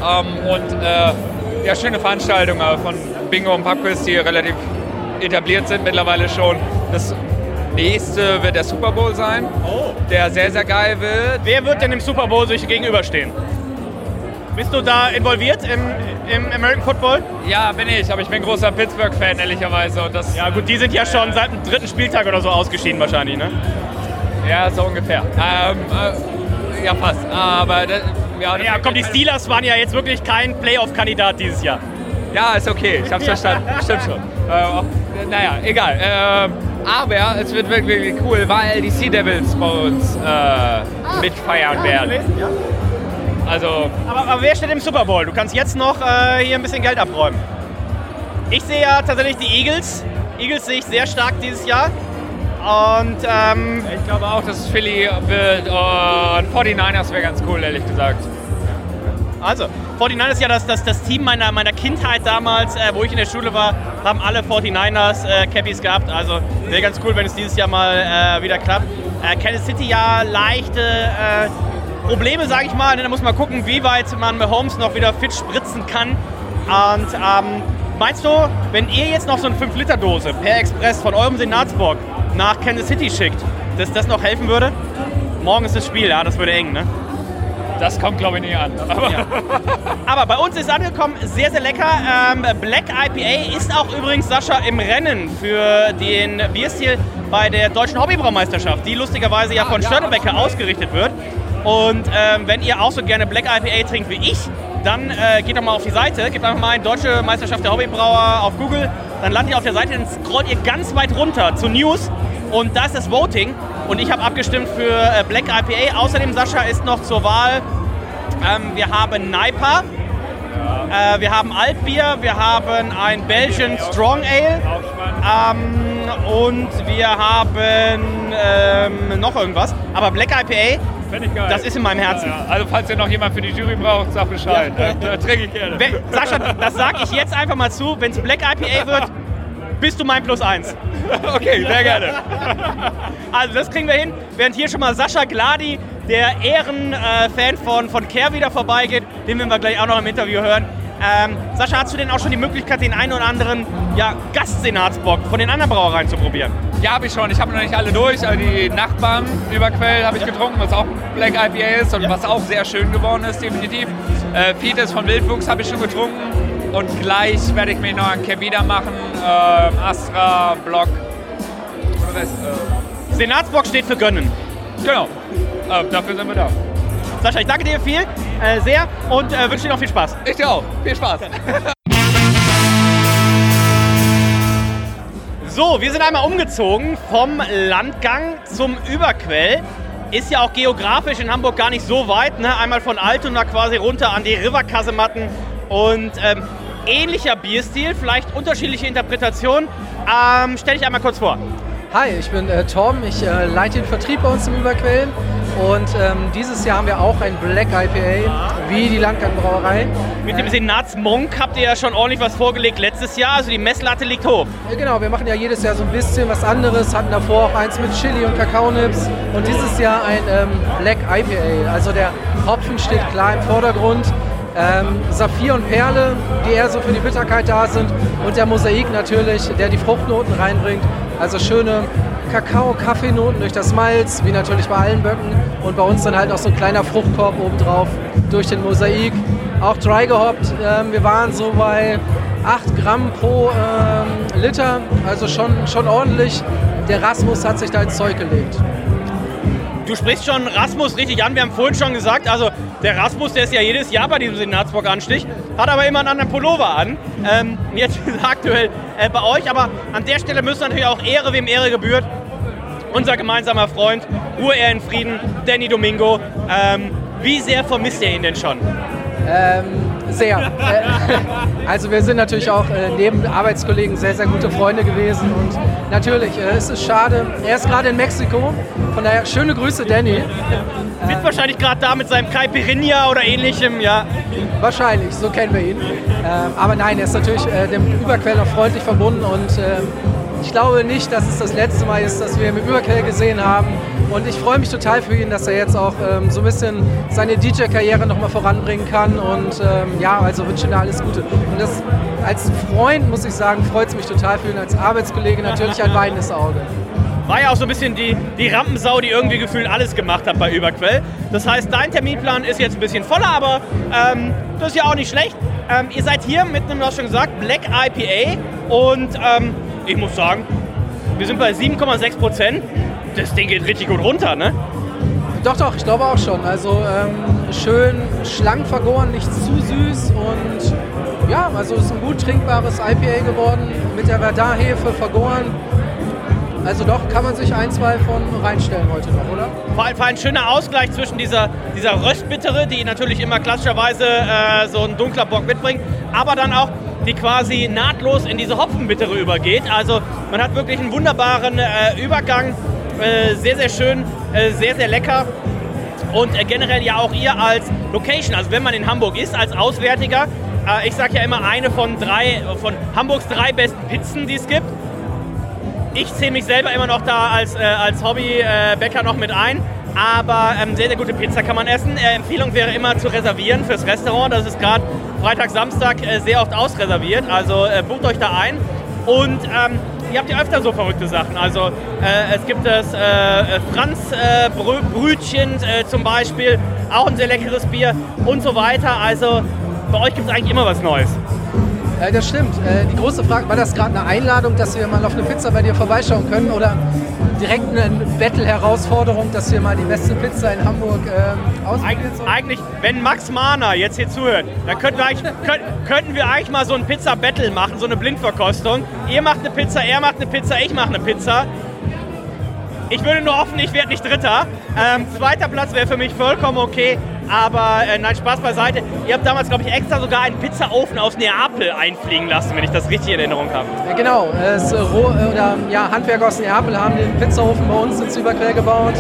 Ja, schöne Veranstaltungen von Bingo und Pubquiz, die relativ etabliert sind mittlerweile schon. Das nächste wird der Super Bowl sein, der sehr, sehr geil wird. Wer wird denn im Super Bowl sich gegenüberstehen? Bist du da involviert im American Football? Ja, bin ich, aber ich bin großer Pittsburgh-Fan, ehrlicherweise. Und das, ja gut, die sind ja schon seit dem 3. Spieltag oder so ausgeschieden wahrscheinlich, ne? Ja, so ungefähr. Ja, fast. Aber ja, komm, die Steelers waren ja jetzt wirklich kein Playoff-Kandidat dieses Jahr. Ja, ist okay, ich hab's verstanden. Stimmt schon. Naja, egal. Aber es wird wirklich cool, weil die Sea Devils bei uns mitfeiern werden. Also. Aber wer steht im Super Bowl? Du kannst jetzt noch hier ein bisschen Geld abräumen. Ich sehe ja tatsächlich die Eagles. Eagles sehe ich sehr stark dieses Jahr. Und ich glaube auch, dass Philly wird und 49ers wäre ganz cool, ehrlich gesagt. Also, 49ers ist ja das Team meiner Kindheit damals, wo ich in der Schule war, haben alle 49ers Cappies gehabt. Also wäre ganz cool, wenn es dieses Jahr mal wieder klappt. Kansas City ja leichte Probleme, sage ich mal. Da muss man gucken, wie weit man Mahomes noch wieder fit spritzen kann. Und meinst du, wenn ihr jetzt noch so eine 5-Liter-Dose per Express von eurem Senatsbock nach Kansas City schickt, dass das noch helfen würde? Morgen ist das Spiel, ja, das würde eng, ne? Das kommt, glaube ich, nie an. Aber bei uns ist angekommen, sehr, sehr lecker. Black IPA ist auch übrigens, Sascha, im Rennen für den Bierstil bei der Deutschen Hobbybraumeisterschaft, die lustigerweise ja von Störtebecker ausgerichtet wird. Und wenn ihr auch so gerne Black IPA trinkt wie ich, dann geht doch mal auf die Seite, gebt einfach mal ein Deutsche Meisterschaft der Hobbybrauer auf Google, dann landet ihr auf der Seite, dann scrollt ihr ganz weit runter zu News und da ist das Voting. Und ich habe abgestimmt für Black IPA. Außerdem, Sascha, ist noch zur Wahl, wir haben Naipa, wir haben Altbier, wir haben ein Belgian Strong Ale und wir haben noch irgendwas. Aber Black IPA, das ist in meinem Herzen. Ja. Also falls ihr noch jemand für die Jury braucht, sag Bescheid. Ja. Trinke ich gerne. Sascha, das sage ich jetzt einfach mal zu, wenn es Black IPA wird, bist du mein +1. Okay, sehr gerne. Also das kriegen wir hin, während hier schon mal Sascha Gladi, der Ehrenfan von Care, wieder vorbeigeht. Den werden wir gleich auch noch im Interview hören. Sascha, hast du denn auch schon die Möglichkeit, den einen oder anderen Gastsenatsbock von den anderen Brauereien zu probieren? Ja, habe ich schon. Ich habe noch nicht alle durch. Also die Nachbarn Überquell habe ich getrunken, was auch Black IPA ist und was auch sehr schön geworden ist, definitiv. Fides von Wildwuchs habe ich schon getrunken. Und gleich werde ich mir noch einen Kevida machen, Astra, Block. Senatsbock steht für Gönnen. Genau, dafür sind wir da. Sascha, ich danke dir sehr und wünsche dir noch viel Spaß. Ich dir auch, viel Spaß. So, wir sind einmal umgezogen vom Landgang zum Überquell. Ist ja auch geografisch in Hamburg gar nicht so weit, ne? Einmal von Altona quasi runter an die Riverkasematten. Und ähnlicher Bierstil, vielleicht unterschiedliche Interpretationen. Stell dich einmal kurz vor. Hi, ich bin Tom, ich leite den Vertrieb bei uns im Überquell. Und dieses Jahr haben wir auch ein Black IPA, wie die Landgang Brauerei. Mit dem Senatsmonk habt ihr ja schon ordentlich was vorgelegt letztes Jahr, also die Messlatte liegt hoch. Genau, wir machen ja jedes Jahr so ein bisschen was anderes, hatten davor auch eins mit Chili und Kakaonips und dieses Jahr ein Black IPA. Also der Hopfen steht klar im Vordergrund. Saphir und Perle, die eher so für die Bitterkeit da sind und der Mosaik natürlich, der die Fruchtnoten reinbringt. Also schöne Kakao-Kaffeenoten durch das Malz, wie natürlich bei allen Böcken und bei uns dann halt auch so ein kleiner Fruchtkorb obendrauf durch den Mosaik. Auch dry gehoppt, wir waren so bei 8 Gramm pro Liter, also schon ordentlich. der Rasmus hat sich da ins Zeug gelegt. Du sprichst schon Rasmus richtig an. Wir haben vorhin schon gesagt, also der Rasmus, der ist ja jedes Jahr bei diesem Senatsbock-Anstich, hat aber immer einen anderen Pullover an. Jetzt aktuell bei euch, aber an der Stelle müssen natürlich auch Ehre, wem Ehre gebührt. Unser gemeinsamer Freund, Ruhe er in Frieden, Danny Domingo. Wie sehr vermisst ihr ihn denn schon? Sehr. Also wir sind natürlich auch neben Arbeitskollegen sehr, sehr gute Freunde gewesen und natürlich ist es schade. Er ist gerade in Mexiko, von daher schöne Grüße, Danny. Wird wahrscheinlich gerade da mit seinem Caipirinha oder ähnlichem, ja. Wahrscheinlich, so kennen wir ihn. Aber nein, er ist natürlich dem Überquell noch freundlich verbunden und ich glaube nicht, dass es das letzte Mal ist, dass wir ihn mit Überquell gesehen haben. Und ich freue mich total für ihn, dass er jetzt auch so ein bisschen seine DJ-Karriere nochmal voranbringen kann. Und ja, also wünsche ihm alles Gute. Und das als Freund, muss ich sagen, freut es mich total für ihn. Als Arbeitskollege natürlich ein weinendes Auge. War ja auch so ein bisschen die Rampensau, die irgendwie gefühlt alles gemacht hat bei Überquell. Das heißt, dein Terminplan ist jetzt ein bisschen voller, aber das ist ja auch nicht schlecht. Ihr seid hier mit einem, du hast schon gesagt, Black IPA und ich muss sagen, wir sind bei 7,6%. Das Ding geht richtig gut runter, ne? Doch, ich glaube auch schon. Also schön schlank vergoren, nicht zu süß und ja, also es ist ein gut trinkbares IPA geworden, mit der Verdun-Hefe vergoren. Also doch, kann man sich 1, 2 von reinstellen heute noch, oder? Vor allem ein schöner Ausgleich zwischen dieser Röstbittere, die natürlich immer klassischerweise so ein dunkler Bock mitbringt, aber dann auch die quasi nahtlos in diese Hopfenbittere übergeht. Also man hat wirklich einen wunderbaren Übergang, sehr, sehr schön, sehr, sehr lecker. Und generell ja auch ihr als Location, also wenn man in Hamburg ist, als Auswärtiger, ich sage ja immer eine von Hamburgs 3 besten Pizzen, die es gibt. Ich zähle mich selber immer noch da als Hobbybäcker noch mit ein, aber sehr, sehr gute Pizza kann man essen. Empfehlung wäre immer zu reservieren fürs Restaurant, das ist gerade Freitag, Samstag sehr oft ausreserviert, also bucht euch da ein. Und ihr habt ja öfter so verrückte Sachen, also es gibt das Franz-Brötchen zum Beispiel, auch ein sehr leckeres Bier und so weiter, also bei euch gibt es eigentlich immer was Neues. Das stimmt. Die große Frage, war das gerade eine Einladung, dass wir mal auf eine Pizza bei dir vorbeischauen können oder direkt eine Battle-Herausforderung, dass wir mal die beste Pizza in Hamburg ausprobieren sollen? Eigentlich, wenn Max Mahner jetzt hier zuhört, dann könnten wir eigentlich mal so ein Pizza-Battle machen, so eine Blindverkostung. Ihr macht eine Pizza, er macht eine Pizza, ich mache eine Pizza. Ich würde nur hoffen, ich werde nicht Dritter. 2. Platz wäre für mich vollkommen okay. Aber nein, Spaß beiseite. Ihr habt damals, glaube ich, extra sogar einen Pizzaofen aus Neapel einfliegen lassen, wenn ich das richtig in Erinnerung habe. Ja, genau. Handwerker aus Neapel haben den Pizzaofen bei uns ins Überquell gebaut.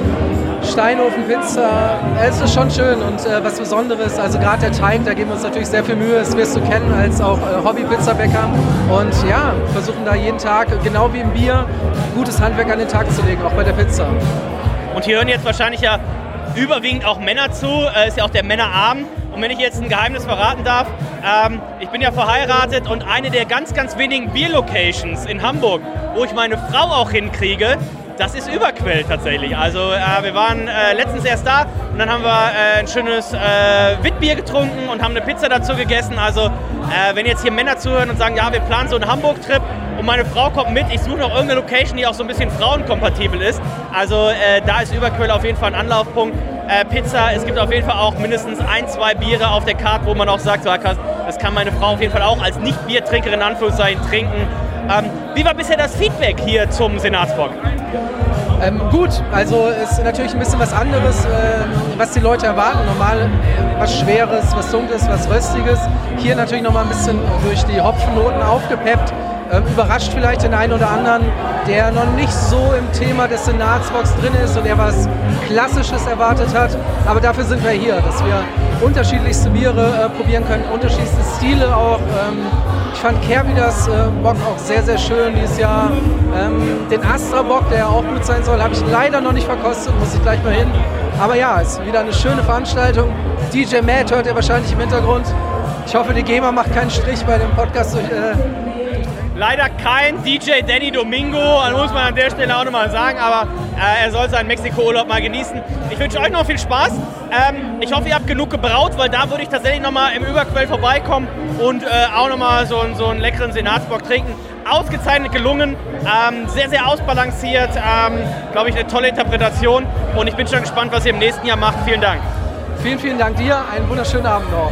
Steinofenpizza, es ist schon schön und was Besonderes. Also gerade der Teig, da geben wir uns natürlich sehr viel Mühe. Das wirst du kennen als auch Hobby-Pizzabäcker. Und ja, versuchen da jeden Tag, genau wie im Bier, gutes Handwerk an den Tag zu legen, auch bei der Pizza. Und hier hören jetzt wahrscheinlich ja überwiegend auch Männer zu, ist ja auch der Männerabend. Und wenn ich jetzt ein Geheimnis verraten darf, ich bin ja verheiratet und eine der ganz, ganz wenigen Bier-Locations in Hamburg, wo ich meine Frau auch hinkriege, das ist Überquell tatsächlich. Also wir waren letztens erst da und dann haben wir ein schönes Witbier getrunken und haben eine Pizza dazu gegessen. Also wenn jetzt hier Männer zuhören und sagen, ja, wir planen so einen Hamburg-Trip und meine Frau kommt mit, ich suche noch irgendeine Location, die auch so ein bisschen frauenkompatibel ist. Also da ist Überquell auf jeden Fall ein Anlaufpunkt. Pizza, es gibt auf jeden Fall auch mindestens 1, 2 Biere auf der Karte, wo man auch sagt, so, das kann meine Frau auf jeden Fall auch als Nicht-Biertrinkerin in Anführungszeichen trinken. Wie war bisher das Feedback hier zum Senatsbock? Gut, also ist natürlich ein bisschen was anderes, was die Leute erwarten. Normal was Schweres, was Dunkles, was Röstiges. Hier natürlich nochmal ein bisschen durch die Hopfennoten aufgepeppt. Überrascht vielleicht den einen oder anderen, der noch nicht so im Thema des Senatsbocks drin ist und der was Klassisches erwartet hat. Aber dafür sind wir hier, dass wir unterschiedlichste Biere probieren können, unterschiedlichste Stile auch. Ich fand Kehrwieders Bock auch sehr, sehr schön dieses Jahr. Den Astra-Bock, der ja auch gut sein soll, habe ich leider noch nicht verkostet, muss ich gleich mal hin. Aber ja, es ist wieder eine schöne Veranstaltung. DJ Matt hört ihr wahrscheinlich im Hintergrund. Ich hoffe, die GEMA macht keinen Strich bei dem Podcast. Leider kein DJ Danny Domingo, das muss man an der Stelle auch nochmal sagen, aber Er soll seinen Mexiko-Urlaub mal genießen. Ich wünsche euch noch viel Spaß. Ich hoffe, ihr habt genug gebraut, weil da würde ich tatsächlich nochmal im Überquell vorbeikommen und auch nochmal so einen leckeren Senatsbock trinken. Ausgezeichnet gelungen, sehr, sehr ausbalanciert, glaube ich, eine tolle Interpretation und ich bin schon gespannt, was ihr im nächsten Jahr macht. Vielen Dank. Vielen, vielen Dank dir. Einen wunderschönen Abend noch.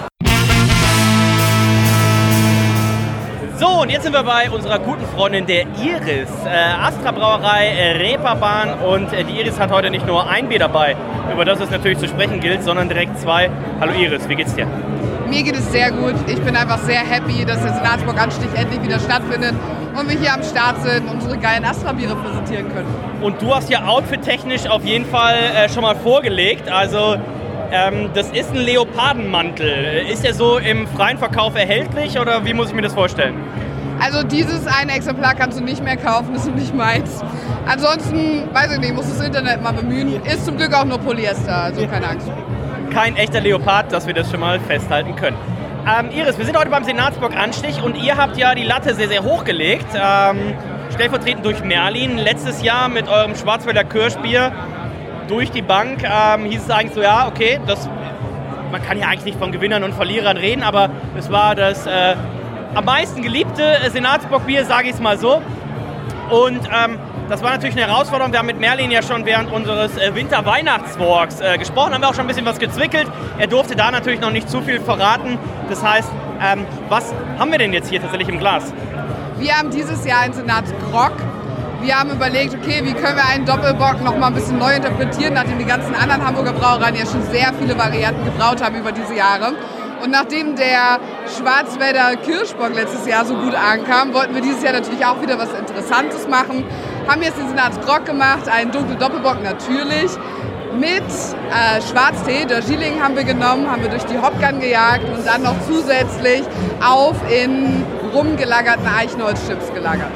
So, und jetzt sind wir bei unserer guten Freundin, der Iris. Astra Brauerei, Reeperbahn und die Iris hat heute nicht nur ein Bier dabei, über das es natürlich zu sprechen gilt, sondern direkt 2. Hallo Iris, wie geht's dir? Mir geht es sehr gut. Ich bin einfach sehr happy, dass der Senatsbock-Anstich endlich wieder stattfindet und wir hier am Start sind und unsere geilen Astra-Biere präsentieren können. Und du hast ja outfit-technisch auf jeden Fall schon mal vorgelegt, also das ist ein Leopardenmantel. Ist der so im freien Verkauf erhältlich oder wie muss ich mir das vorstellen? Also dieses eine Exemplar kannst du nicht mehr kaufen, das ist nicht meins. Ansonsten, weiß ich nicht, muss das Internet mal bemühen. Ist zum Glück auch nur Polyester, also keine Angst. Kein echter Leopard, dass wir das schon mal festhalten können. Iris, wir sind heute beim Senatsbock-Anstich und ihr habt ja die Latte sehr, sehr hoch gelegt. Stellvertretend durch Merlin. Letztes Jahr mit eurem Schwarzwälder Kirschbier durch die Bank hieß es eigentlich so, ja, okay, man kann ja eigentlich nicht von Gewinnern und Verlierern reden, aber es war das am meisten geliebte Senatsbockbier, sage ich es mal so. Und das war natürlich eine Herausforderung. Wir haben mit Merlin ja schon während unseres Winter-Weihnachtswalks gesprochen, haben wir auch schon ein bisschen was gezwickelt. Er durfte da natürlich noch nicht zu viel verraten. Das heißt, was haben wir denn jetzt hier tatsächlich im Glas? Wir haben dieses Jahr einen Senatsgrog. Wir haben überlegt, okay, wie können wir einen Doppelbock noch mal ein bisschen neu interpretieren, nachdem die ganzen anderen Hamburger Brauereien ja schon sehr viele Varianten gebraut haben über diese Jahre. Und nachdem der Schwarzwälder Kirschbock letztes Jahr so gut ankam, wollten wir dieses Jahr natürlich auch wieder was Interessantes machen. Haben jetzt den Senatsgrog gemacht, einen dunklen Doppelbock natürlich. Mit Schwarztee, Darjeeling haben wir genommen, haben wir durch die Hopgun gejagt und dann noch zusätzlich auf in rumgelagerten Eichenholzchips gelagert.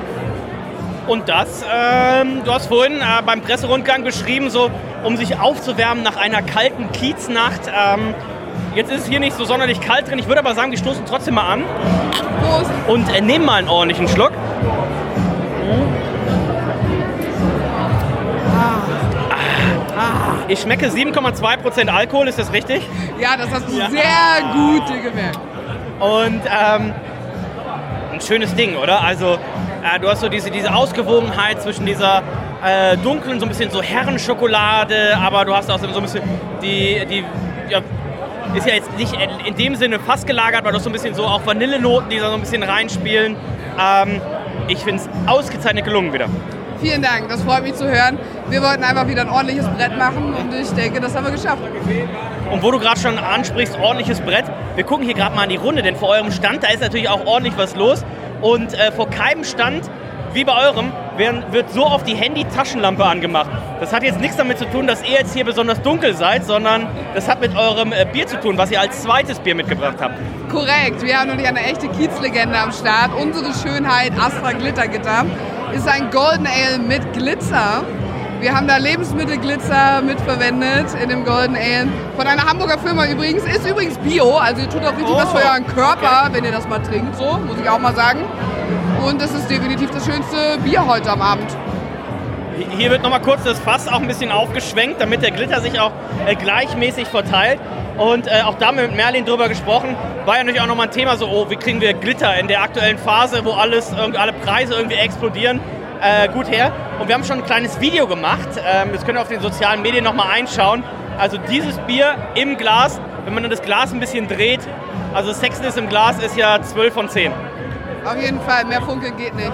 Und das, du hast vorhin beim Presserundgang beschrieben, so um sich aufzuwärmen nach einer kalten Kieznacht. Jetzt ist es hier nicht so sonderlich kalt drin. Ich würde aber sagen, wir stoßen trotzdem mal an. Prost. Und nehmen mal einen ordentlichen Schluck. Ich schmecke 7,2% Alkohol, ist das richtig? Ja, das hast du sehr gut gemerkt. Und ein schönes Ding, oder? Also du hast so diese Ausgewogenheit zwischen dieser dunklen, so ein bisschen so Herrenschokolade, aber du hast auch so ein bisschen die ist ja jetzt nicht in dem Sinne fast gelagert, aber du hast so ein bisschen so auch Vanillenoten, die da so ein bisschen reinspielen. Ich finde es ausgezeichnet gelungen wieder. Vielen Dank, das freut mich zu hören. Wir wollten einfach wieder ein ordentliches Brett machen und ich denke, das haben wir geschafft. Und wo du gerade schon ansprichst, ordentliches Brett, wir gucken hier gerade mal in die Runde, denn vor eurem Stand, da ist natürlich auch ordentlich was los. Und vor keinem Stand, wie bei eurem, wird so oft die Handy-Taschenlampe angemacht. Das hat jetzt nichts damit zu tun, dass ihr jetzt hier besonders dunkel seid, sondern das hat mit eurem Bier zu tun, was ihr als zweites Bier mitgebracht habt. Korrekt, wir haben nämlich eine echte Kiezlegende am Start. Unsere Schönheit, Astra Glittergitter, ist ein Golden Ale mit Glitzer. Wir haben da Lebensmittelglitzer mitverwendet in dem Golden Ale. Von einer Hamburger Firma übrigens. Ist übrigens Bio, also ihr tut auch richtig was für euren Körper, wenn ihr das mal trinkt, so, muss ich auch mal sagen. Und das ist definitiv das schönste Bier heute am Abend. Hier wird nochmal kurz das Fass auch ein bisschen aufgeschwenkt, damit der Glitter sich auch gleichmäßig verteilt. Und auch da mit Merlin drüber gesprochen, war ja natürlich auch nochmal ein Thema, so, oh, wie kriegen wir Glitter in der aktuellen Phase, wo alle Preise irgendwie explodieren, gut her. Und wir haben schon ein kleines Video gemacht, das könnt ihr auf den sozialen Medien nochmal einschauen. Also dieses Bier im Glas, wenn man dann das Glas ein bisschen dreht, also Sexiness im Glas ist ja 12 von 10. Auf jeden Fall, mehr Funkeln geht nicht.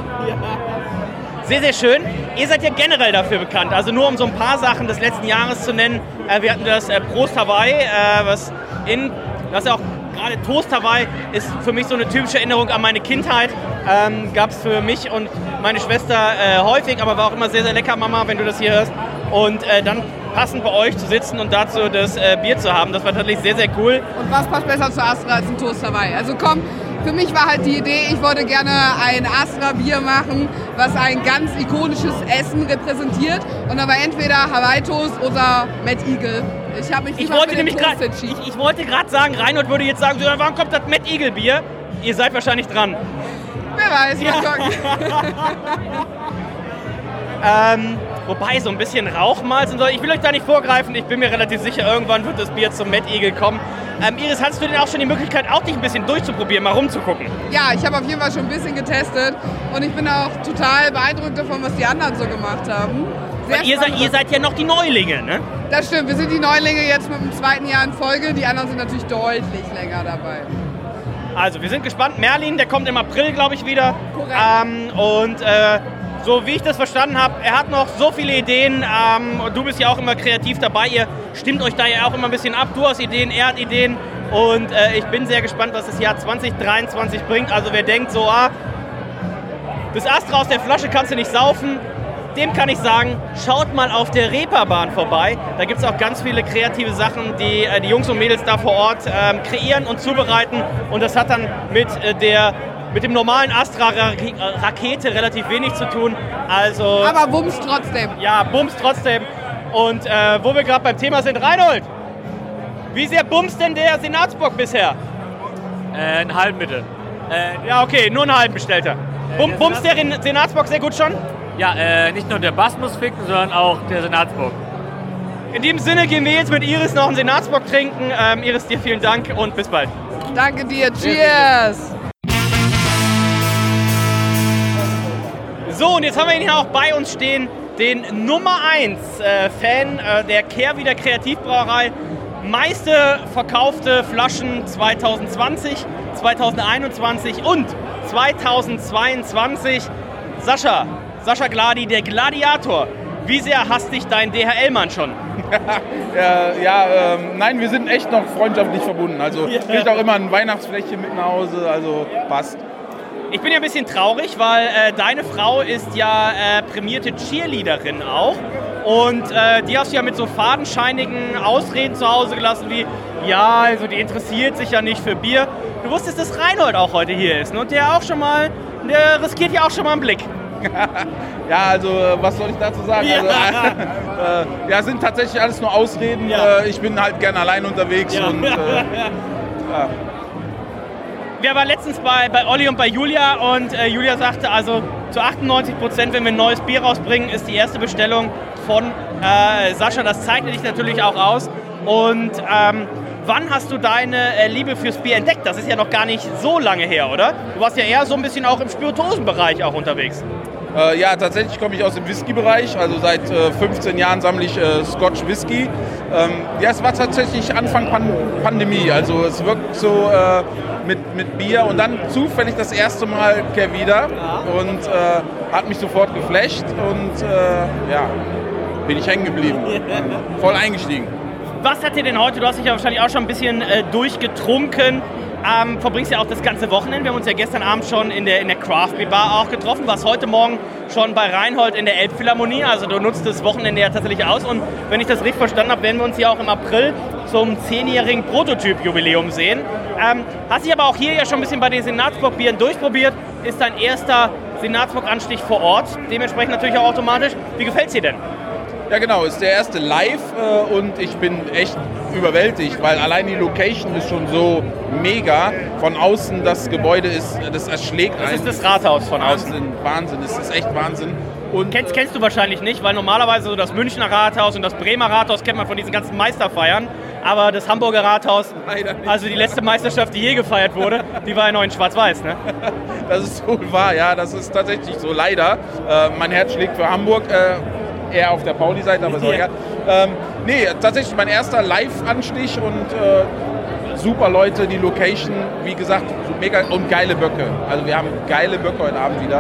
Sehr, sehr schön. Ihr seid ja generell dafür bekannt, also nur um so ein paar Sachen des letzten Jahres zu nennen. Wir hatten das Prost Hawaii, das ist auch gerade Toast Hawaii ist für mich so eine typische Erinnerung an meine Kindheit. Gab es für mich und meine Schwester häufig, aber war auch immer sehr, sehr lecker, Mama, wenn du das hier hörst. Und dann passend bei euch zu sitzen und dazu das Bier zu haben, das war tatsächlich sehr, sehr cool. Und was passt besser zu Astra als ein Toast Hawaii? Also komm, für mich war halt die Idee, ich wollte gerne ein Astra-Bier machen, was ein ganz ikonisches Essen repräsentiert. Und da war entweder Hawaii-Toast oder Mad Eagle. Ich habe mich ich wollte gerade sagen, Reinhold würde jetzt sagen, wann kommt das Mad Eagle Bier? Ihr seid wahrscheinlich dran. Wer weiß, mal gucken. Wobei, so ein bisschen Rauchmalz und so. Ich will euch da nicht vorgreifen. Ich bin mir relativ sicher, irgendwann wird das Bier zum Mad Eagle kommen. Iris, hattest du denn auch schon die Möglichkeit, auch dich ein bisschen durchzuprobieren, mal rumzugucken? Ja, ich habe auf jeden Fall schon ein bisschen getestet und ich bin auch total beeindruckt davon, was die anderen so gemacht haben. Weil ihr seid ja noch die Neulinge, ne? Das stimmt, wir sind die Neulinge jetzt mit dem 2. Jahr in Folge. Die anderen sind natürlich deutlich länger dabei. Also, wir sind gespannt. Merlin, der kommt im April, glaube ich, wieder. Korrekt. So wie ich das verstanden habe, er hat noch so viele Ideen. Und du bist ja auch immer kreativ dabei. Ihr stimmt euch da ja auch immer ein bisschen ab. Du hast Ideen, er hat Ideen. Und ich bin sehr gespannt, was das Jahr 2023 bringt. Also wer denkt so, das Astra aus der Flasche kannst du nicht saufen, dem kann ich sagen, schaut mal auf der Reeperbahn vorbei. Da gibt es auch ganz viele kreative Sachen, die die Jungs und Mädels da vor Ort kreieren und zubereiten. Und das hat dann mit dem normalen Astra-Rakete relativ wenig zu tun. Also, aber bums trotzdem. Ja, bums trotzdem. Und wo wir gerade beim Thema sind, Reinhold, wie sehr bumst denn der Senatsbock bisher? Einen halben bitte. Ja, okay, nur einen halben bestellter. Bumst der Senatsbock sehr gut schon? Ja, nicht nur der Bass muss ficken, sondern auch der Senatsbock. In diesem Sinne gehen wir jetzt mit Iris noch einen Senatsbock trinken. Iris, dir vielen Dank und bis bald. Danke dir, cheers! So, und jetzt haben wir ihn hier auch bei uns stehen, den Nummer 1 Fan der Kehrwieder Kreativbrauerei. Meiste verkaufte Flaschen 2020, 2021 und 2022. Sascha Gladi, der Gladiator. Wie sehr hasst dich dein DHL-Mann schon? Nein, wir sind echt noch freundschaftlich verbunden. Also kriegt auch immer ein Weihnachtsfläschchen mit nach Hause, also passt. Ich bin ja ein bisschen traurig, weil deine Frau ist ja prämierte Cheerleaderin auch. Und die hast du ja mit so fadenscheinigen Ausreden zu Hause gelassen wie, ja, also die interessiert sich ja nicht für Bier. Du wusstest, dass Reinhold auch heute hier ist, ne? Und der riskiert ja auch schon mal einen Blick. Ja, also was soll ich dazu sagen? Ja. Also, sind tatsächlich alles nur Ausreden. Ja. Ich bin halt gerne allein unterwegs. Ja. Und, Wir waren letztens bei Olli und bei Julia und Julia sagte, also zu 98%, wenn wir ein neues Bier rausbringen, ist die erste Bestellung von Sascha. Das zeichnet dich natürlich auch aus. Und wann hast du deine Liebe fürs Bier entdeckt? Das ist ja noch gar nicht so lange her, oder? Du warst ja eher so ein bisschen auch im Spirituosenbereich auch unterwegs. Ja, tatsächlich komme ich aus dem Whisky-Bereich. Also seit 15 Jahren sammle ich Scotch Whisky. Es war tatsächlich Anfang Pandemie. Also es wirkt so mit Bier und dann zufällig das erste Mal Kehrwieder und hat mich sofort geflasht und bin ich hängen geblieben. Voll eingestiegen. Was hat dir denn heute, du hast dich ja wahrscheinlich auch schon ein bisschen durchgetrunken, verbringst ja auch das ganze Wochenende. Wir haben uns ja gestern Abend schon in der Craft Beer Bar auch getroffen, warst heute Morgen schon bei Reinhold in der Elbphilharmonie, also du nutzt das Wochenende ja tatsächlich aus und wenn ich das richtig verstanden habe, werden wir uns ja auch im April zum 10-jährigen Prototyp-Jubiläum sehen. Hast dich aber auch hier ja schon ein bisschen bei den Senatsbock-Bieren durchprobiert, ist dein erster Senatsbock-Anstich vor Ort, dementsprechend natürlich auch automatisch. Wie gefällt's dir denn? Ja genau, ist der erste live und ich bin echt überwältigt, weil allein die Location ist schon so mega. Von außen das Gebäude das erschlägt einen. Das ist das Rathaus von außen. Wahnsinn, das ist echt Wahnsinn. Und kennst du wahrscheinlich nicht, weil normalerweise so das Münchner Rathaus und das Bremer Rathaus kennt man von diesen ganzen Meisterfeiern. Aber das Hamburger Rathaus, also die letzte Meisterschaft, die je gefeiert wurde, die war ja noch in Schwarz-Weiß, ne? Das ist wohl wahr, ja, das ist tatsächlich so, leider. Mein Herz schlägt für Hamburg. Eher auf der Pauli-Seite, aber so egal. Tatsächlich mein erster Live-Anstich und super Leute, die Location, wie gesagt, so mega und geile Böcke. Also wir haben geile Böcke heute Abend wieder.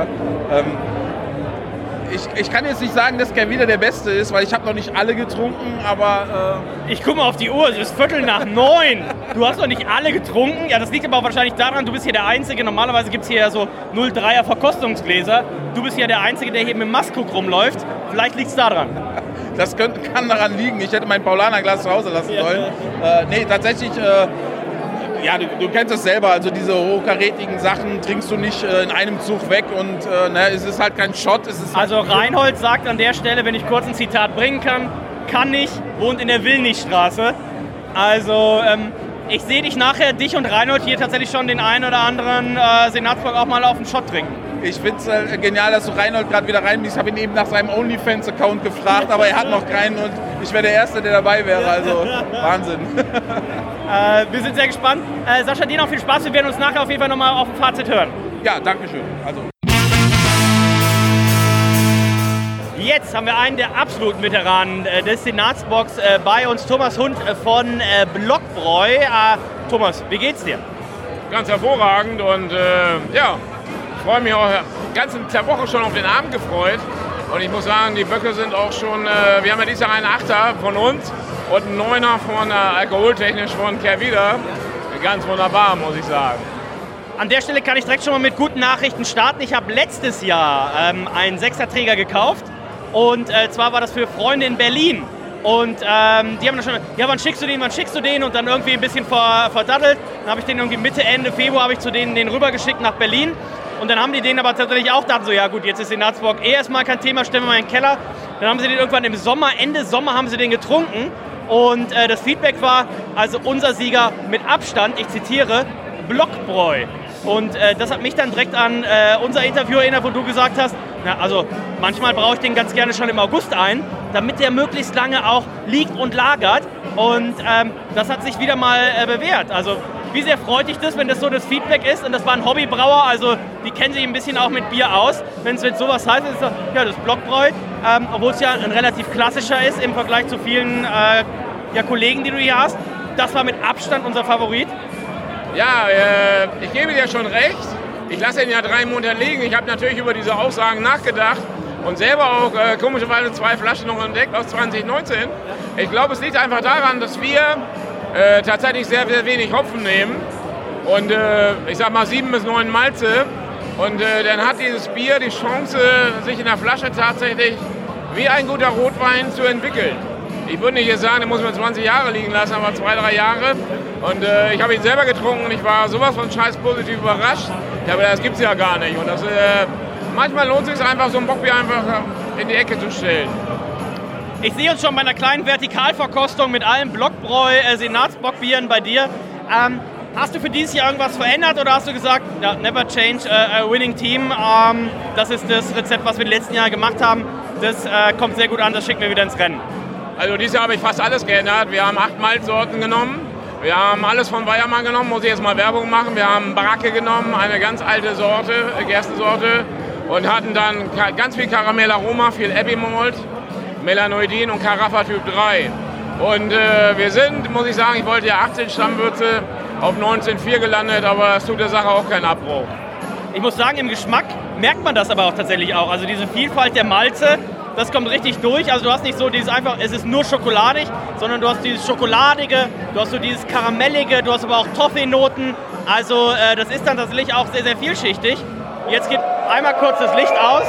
Ich kann jetzt nicht sagen, dass Kehrwieder der Beste ist, weil ich habe noch nicht alle getrunken, aber... Ich gucke mal auf die Uhr, es ist 8:45. Du hast noch nicht alle getrunken? Ja, das liegt aber auch wahrscheinlich daran, du bist hier der Einzige. Normalerweise gibt es hier ja so 0,3er Verkostungsgläser. Du bist ja der Einzige, der hier mit dem Maskrug rumläuft. Vielleicht liegt es daran. Das kann daran liegen. Ich hätte mein Paulanerglas zu Hause lassen sollen. Tatsächlich... du kennst das selber, also diese hochkarätigen Sachen trinkst du nicht in einem Zug weg und es ist halt kein Shot. Also Reinhold sagt an der Stelle, wenn ich kurz ein Zitat bringen kann nicht, wohnt in der Willnichstraße. Also ich sehe dich nachher, dich und Reinhold hier tatsächlich schon den einen oder anderen Senatsbock auch mal auf den Shot trinken. Ich finde es genial, dass du Reinhold gerade wieder reinbist. Ich habe ihn eben nach seinem OnlyFans-Account gefragt, aber er hat noch keinen und ich wäre der Erste, der dabei wäre. Also Wahnsinn. Wir sind sehr gespannt. Sascha, dir noch viel Spaß. Wir werden uns nachher auf jeden Fall nochmal auf dem Fazit hören. Ja, danke schön. Also. Jetzt haben wir einen der absoluten Veteranen des Senatsbox bei uns, Thomas Hund von Blockbräu. Thomas, wie geht's dir? Ganz hervorragend und ja, ich freue mich auch die ganze Woche schon auf den Abend gefreut. Und ich muss sagen, die Böcke sind auch schon, wir haben ja dieses Jahr einen Achter von uns und einen Neuner von alkoholtechnisch von Kehrwieder. Ganz wunderbar, muss ich sagen. An der Stelle kann ich direkt schon mal mit guten Nachrichten starten. Ich habe letztes Jahr einen Sechserträger gekauft. Und zwar war das für Freunde in Berlin. Und die haben dann schon, ja, wann schickst du den? Und dann irgendwie ein bisschen verdattelt. Dann habe ich den irgendwie Mitte, Ende Februar habe ich zu denen den rübergeschickt nach Berlin. Und dann haben die den aber tatsächlich auch gedacht, so ja gut, jetzt ist Senatsbock erstmal kein Thema, stellen wir mal in den Keller. Dann haben sie den irgendwann im Sommer, Ende Sommer haben sie den getrunken. Und das Feedback war, also unser Sieger mit Abstand, ich zitiere, Blockbräu. Und das hat mich dann direkt an unser Interview erinnert, wo du gesagt hast, na, also manchmal brauche ich den ganz gerne schon im August ein, damit der möglichst lange auch liegt und lagert. Und das hat sich wieder mal bewährt. Also wie sehr freut dich das, wenn das so das Feedback ist? Und das war ein Hobbybrauer, also die kennen sich ein bisschen auch mit Bier aus. Wenn es sowas heißt, ist das, ja, das Blockbräu, obwohl es ja ein relativ klassischer ist im Vergleich zu vielen Kollegen, die du hier hast. Das war mit Abstand unser Favorit. Ja, ich gebe dir schon recht. Ich lasse ihn ja 3 Monate liegen. Ich habe natürlich über diese Aussagen nachgedacht und selber auch komischerweise 2 Flaschen noch entdeckt aus 2019. Ich glaube, es liegt einfach daran, dass wir tatsächlich sehr, sehr wenig Hopfen nehmen und ich sag mal 7 bis 9 Malze. Und dann hat dieses Bier die Chance, sich in der Flasche tatsächlich wie ein guter Rotwein zu entwickeln. Ich würde nicht jetzt sagen, den muss man 20 Jahre liegen lassen, aber 2, 3 Jahre. Und ich habe ihn selber getrunken und ich war sowas von scheiß positiv überrascht. Ja, aber das gibt es ja gar nicht. Und das, manchmal lohnt es sich einfach, so ein Bockbier einfach in die Ecke zu stellen. Ich sehe uns schon bei einer kleinen Vertikalverkostung mit allen Blockbräu, Senatsbockbieren bei dir. Hast du für dieses Jahr irgendwas verändert oder hast du gesagt, ja, never change a winning team? Das ist das Rezept, was wir die letzten Jahre gemacht haben. Das kommt sehr gut an, das schicken wir wieder ins Rennen. Also dieses Jahr habe ich fast alles geändert. Wir haben 8 Malzsorten genommen. Wir haben alles von Weyermann genommen, muss ich jetzt mal Werbung machen. Wir haben Baracke genommen, eine ganz alte Sorte, Gerstensorte. Und hatten dann ganz viel Karamellaroma, viel Abbey Malt, Melanoidin und Carafa Typ 3. Und wir sind, muss ich sagen, ich wollte ja 18 Stammwürze auf 19,4 gelandet, aber es tut der Sache auch keinen Abbruch. Ich muss sagen, im Geschmack merkt man das aber auch tatsächlich auch. Also diese Vielfalt der Malze, das kommt richtig durch. Also du hast nicht so dieses einfach, es ist nur schokoladig, sondern du hast dieses Schokoladige, du hast so dieses Karamellige, du hast aber auch Toffee-Noten. Also das ist dann tatsächlich auch sehr, sehr vielschichtig. Jetzt geht einmal kurz das Licht aus.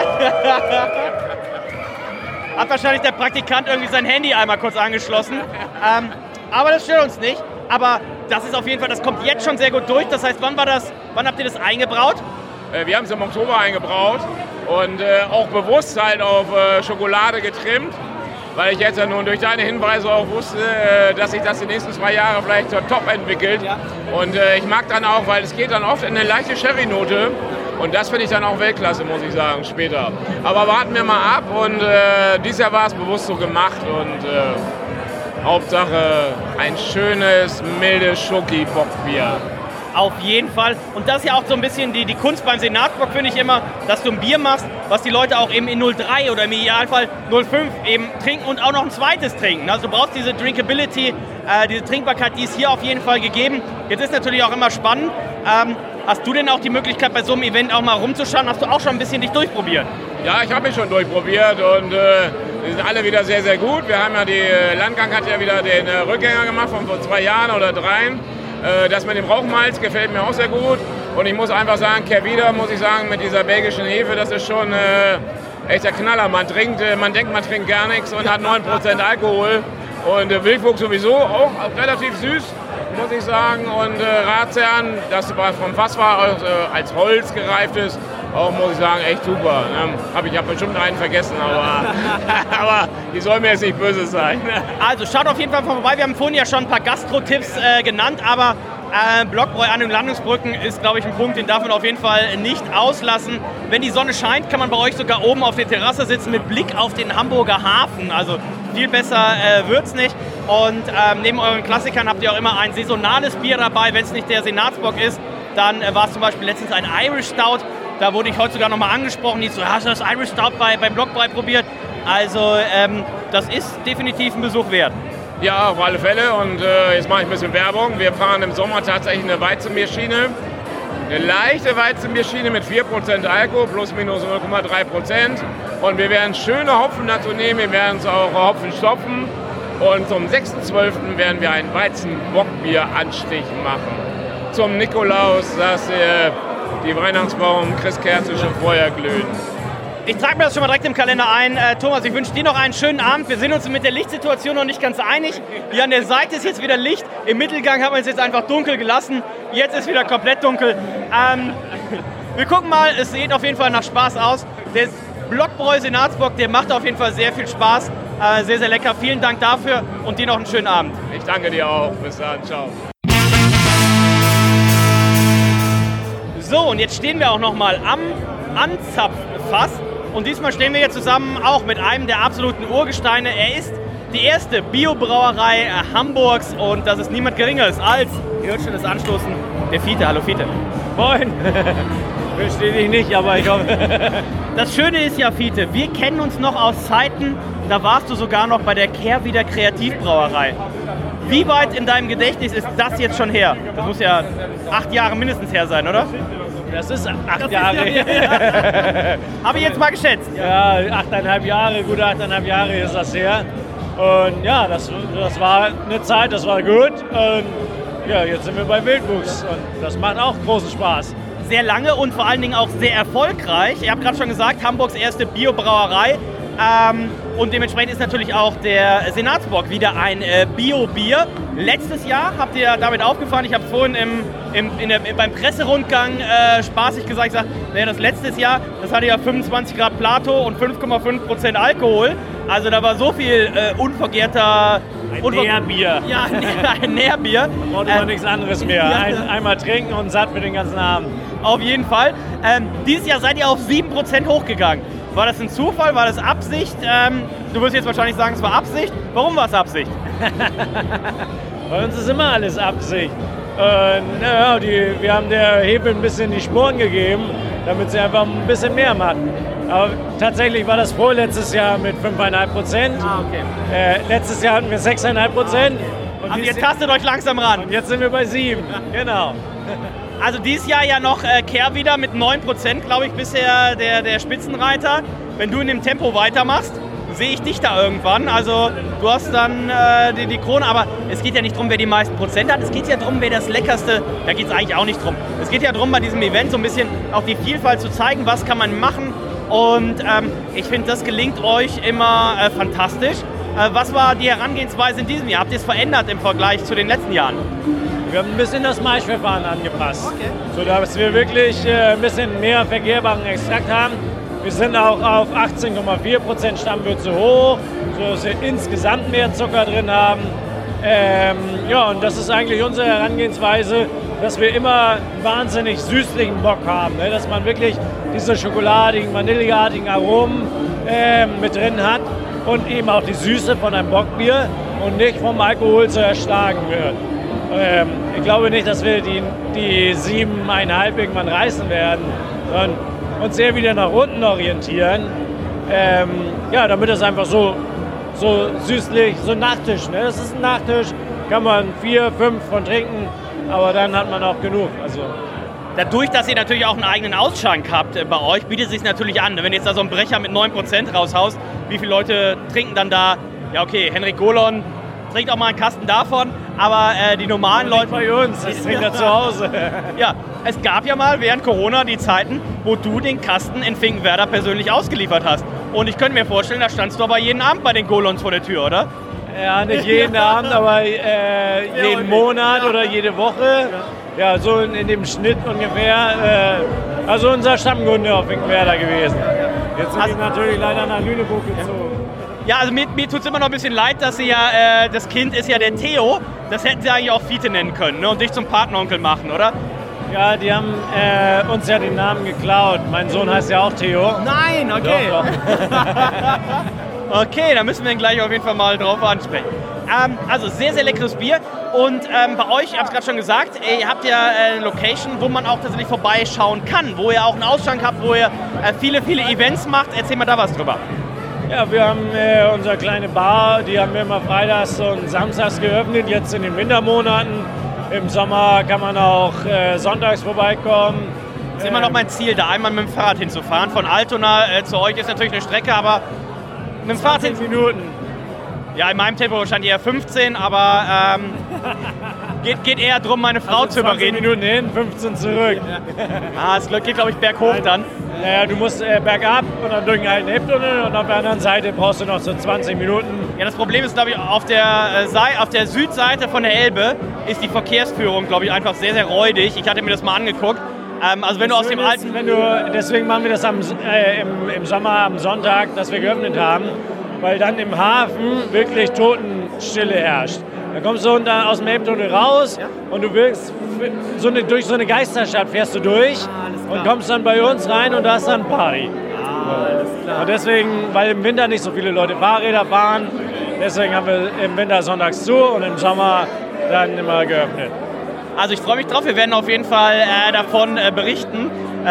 Hat wahrscheinlich der Praktikant irgendwie sein Handy einmal kurz angeschlossen. Aber das stört uns nicht. Aber das ist auf jeden Fall, das kommt jetzt schon sehr gut durch. Das heißt, wann habt ihr das eingebraut? Wir haben es im Oktober eingebraut und auch bewusst halt auf Schokolade getrimmt, weil ich jetzt ja nun durch deine Hinweise auch wusste, dass sich das die nächsten 2 Jahre vielleicht zur Top entwickelt. Ja. Und ich mag dann auch, weil es geht dann oft in eine leichte Sherry-Note und das finde ich dann auch Weltklasse, muss ich sagen, später. Aber warten wir mal ab und dieses Jahr war es bewusst so gemacht und Hauptsache ein schönes, mildes Schoki-Bockbier. Auf jeden Fall. Und das ist ja auch so ein bisschen die Kunst beim Senatsbock, finde ich immer, dass du ein Bier machst, was die Leute auch eben in 0,3 oder im Idealfall 0,5 eben trinken und auch noch ein zweites trinken. Also du brauchst diese Drinkability, diese Trinkbarkeit, die ist hier auf jeden Fall gegeben. Jetzt ist natürlich auch immer spannend. Hast du denn auch die Möglichkeit, bei so einem Event auch mal rumzuschauen? Hast du auch schon ein bisschen dich durchprobiert? Ja, ich habe mich schon durchprobiert und die sind alle wieder sehr, sehr gut. Wir haben ja Landgang hat ja wieder den Rückgänger gemacht von vor 2 Jahren oder 3. Das mit dem Rauchmalz gefällt mir auch sehr gut. Und ich muss einfach sagen, Kehrwieder, muss ich sagen, mit dieser belgischen Hefe, das ist schon echt der Knaller. Man denkt, man trinkt gar nichts und hat 9% Alkohol. Und Wildwuchs sowieso auch relativ süß, muss ich sagen. Und Ratsherrn, das vom Fass war, als Holz gereift ist, auch, muss ich sagen, echt super. Ich habe bestimmt einen vergessen, aber die soll mir jetzt nicht böse sein. Also schaut auf jeden Fall vorbei. Wir haben vorhin ja schon ein paar Gastro-Tipps genannt, aber Blockbräu an den Landungsbrücken ist, glaube ich, ein Punkt, den darf man auf jeden Fall nicht auslassen. Wenn die Sonne scheint, kann man bei euch sogar oben auf der Terrasse sitzen mit Blick auf den Hamburger Hafen. Also viel besser wird's nicht. Und neben euren Klassikern habt ihr auch immer ein saisonales Bier dabei. Wenn es nicht der Senatsbock ist, dann war es zum Beispiel letztens ein Irish Stout. Da wurde ich heute sogar nochmal angesprochen. Die so, hast du das Irish Stout beim Blockbrei probiert? Also das ist definitiv ein Besuch wert. Ja, auf alle Fälle. Und jetzt mache ich ein bisschen Werbung. Wir fahren im Sommer tatsächlich eine Weizenbierschiene. Eine leichte Weizenbierschiene mit 4% Alkohol, plus minus 0,3%. Und wir werden schöne Hopfen dazu nehmen. Wir werden es auch Hopfen stopfen. Und zum 6.12. werden wir einen Weizenbockbier-Anstich machen. Zum Nikolaus, dass die Weihnachtsbaum Christkerze schon vorher glühen. Ich trage mir das schon mal direkt im Kalender ein. Thomas, ich wünsche dir noch einen schönen Abend. Wir sind uns mit der Lichtsituation noch nicht ganz einig. Hier an der Seite ist jetzt wieder Licht. Im Mittelgang haben wir es jetzt einfach dunkel gelassen. Jetzt ist wieder komplett dunkel. Wir gucken mal, es sieht auf jeden Fall nach Spaß aus. Der Blockbräu Senatsbock, der macht auf jeden Fall sehr viel Spaß. Sehr, sehr lecker. Vielen Dank dafür und dir noch einen schönen Abend. Ich danke dir auch. Bis dann. Ciao. So, und jetzt stehen wir auch noch mal am Anzapffass. Und diesmal stehen wir hier zusammen auch mit einem der absoluten Urgesteine. Er ist die erste Biobrauerei Hamburgs und das ist niemand Geringeres als, ihr hört schon das Anstoßen, der Fiete. Hallo Fiete. Moin. Verstehe dich nicht, aber ich hoffe. Das Schöne ist ja, Fiete, wir kennen uns noch aus Zeiten, da warst du sogar noch bei der Kehrwieder Kreativbrauerei. Wie weit in deinem Gedächtnis ist das jetzt schon her? Das muss ja 8 Jahre mindestens her sein, oder? Das ist 8 Jahre. Habe ich jetzt mal geschätzt. Ja, 8,5 Jahre, gute 8,5 Jahre ist das her. Und ja, das war eine Zeit, das war gut. Und ja, jetzt sind wir bei Wildwuchs und das macht auch großen Spaß. Sehr lange und vor allen Dingen auch sehr erfolgreich. Ihr habt gerade schon gesagt, Hamburgs erste Biobrauerei. Und dementsprechend ist natürlich auch der Senatsbock wieder ein Bio-Bier. Letztes Jahr habt ihr damit aufgefahren, ich habe es vorhin beim Presserundgang spaßig gesagt, naja, das letztes Jahr, das hatte ja 25 Grad Plato und 5,5% Alkohol. Also da war so viel unvergärter... Nährbier. Ja, ein Nährbier. Braucht man nichts anderes mehr. Einmal trinken und satt für den ganzen Abend. Auf jeden Fall. Dieses Jahr seid ihr auf 7% hochgegangen. War das ein Zufall? War das Absicht? Du wirst jetzt wahrscheinlich sagen, es war Absicht. Warum war es Absicht? Bei uns ist immer alles Absicht. Wir haben der Hefe ein bisschen die Sporen gegeben, damit sie einfach ein bisschen mehr macht. Aber tatsächlich war das vorletztes Jahr mit 5,5%. Okay. Letztes Jahr hatten wir 6,5%. Also jetzt tastet euch langsam ran. Und jetzt sind wir bei 7. Genau. Also dieses Jahr ja noch Kehrwieder mit 9%, glaube ich, bisher der Spitzenreiter. Wenn du in dem Tempo weitermachst, sehe ich dich da irgendwann. Also du hast dann die Krone, aber es geht ja nicht darum, wer die meisten Prozent hat. Es geht ja darum, wer das Leckerste, da geht es eigentlich auch nicht drum. Es geht ja darum, bei diesem Event so ein bisschen auch die Vielfalt zu zeigen, was kann man machen. Und ich finde, das gelingt euch immer fantastisch. Was war die Herangehensweise in diesem Jahr? Habt ihr es verändert im Vergleich zu den letzten Jahren? Wir haben ein bisschen das Maischverfahren angepasst, sodass wir wirklich ein bisschen mehr vergehrbaren Extrakt haben. Wir sind auch auf 18,4% Stammwürze hoch, sodass wir insgesamt mehr Zucker drin haben. Ja, und das ist eigentlich unsere Herangehensweise, dass wir immer einen wahnsinnig süßlichen Bock haben, ne? Dass man wirklich diese schokoladigen, vanilleartigen Aromen mit drin hat und eben auch die Süße von einem Bockbier und nicht vom Alkohol zu erschlagen wird. Ich glaube nicht, dass wir die 7,5 irgendwann reißen werden, sondern uns sehr wieder nach unten orientieren. Ja, damit es einfach so süßlich, so ein Nachtisch. Ne? Das ist ein Nachtisch, kann man 4, 5 von trinken, aber dann hat man auch genug. Also dadurch, dass ihr natürlich auch einen eigenen Ausschank habt bei euch, bietet es sich natürlich an. Wenn jetzt da so ein Brecher mit 9% raushaust, wie viele Leute trinken dann da? Ja, okay, Henrik Golon trinkt auch mal einen Kasten davon, aber die normalen Leute bei uns, das trinkt er zu Hause. Ja, es gab ja mal während Corona die Zeiten, wo du den Kasten in Finkenwerder persönlich ausgeliefert hast. Und ich könnte mir vorstellen, da standst du aber jeden Abend bei den Golons vor der Tür, oder? Ja, nicht jeden Abend, aber jeden Monat oder jede Woche. Ja, so in dem Schnitt ungefähr. Also unser Stammkunde auf Finkenwerder gewesen. Jetzt sind wir natürlich leider nach Lüneburg gezogen. Ja, also mir tut es immer noch ein bisschen leid, dass sie ja, das Kind ist ja der Theo. Das hätten sie eigentlich auch Fiete nennen können, ne? Und dich zum Patenonkel machen, oder? Ja, die haben uns ja den Namen geklaut. Mein Sohn heißt ja auch Theo. Nein, okay. Doch. Okay, da müssen wir ihn gleich auf jeden Fall mal drauf ansprechen. Also sehr, sehr leckeres Bier. Und bei euch, ich habe es gerade schon gesagt, ihr habt ja eine Location, wo man auch tatsächlich vorbeischauen kann, wo ihr auch einen Ausschank habt, wo ihr viele, viele Events macht. Erzähl mal da was drüber. Ja, wir haben unsere kleine Bar, die haben wir immer freitags und samstags geöffnet, jetzt in den Wintermonaten. Im Sommer kann man auch sonntags vorbeikommen. Das ist immer noch mein Ziel, da einmal mit dem Fahrrad hinzufahren. Von Altona zu euch ist natürlich eine Strecke, aber mit dem Fahrrad 20 Minuten. Ja, in meinem Tempo wahrscheinlich eher 15, aber geht eher darum, meine Frau zu überreden. 20 Minuten hin, 15 zurück. Es geht, glaube ich, berghoch dann. Naja, du musst bergab und dann durch den alten Elbtunnel und auf der anderen Seite brauchst du noch so 20 Minuten. Ja, das Problem ist, glaube ich, auf der Südseite von der Elbe ist die Verkehrsführung, glaube ich, einfach sehr, sehr räudig. Ich hatte mir das mal angeguckt. Also wenn du aus dem alten... Deswegen machen wir das im Sommer am Sonntag, dass wir geöffnet haben, weil dann im Hafen wirklich Totenstille herrscht. Da kommst du aus dem Elbtunnel raus und du wirkst durch so eine Geisterstadt fährst du durch und kommst dann bei uns rein und da ist dann Party. Alles klar. Und deswegen, weil im Winter nicht so viele Leute Fahrräder fahren, deswegen haben wir im Winter sonntags zu und im Sommer dann immer geöffnet. Also ich freue mich drauf, wir werden auf jeden Fall davon berichten.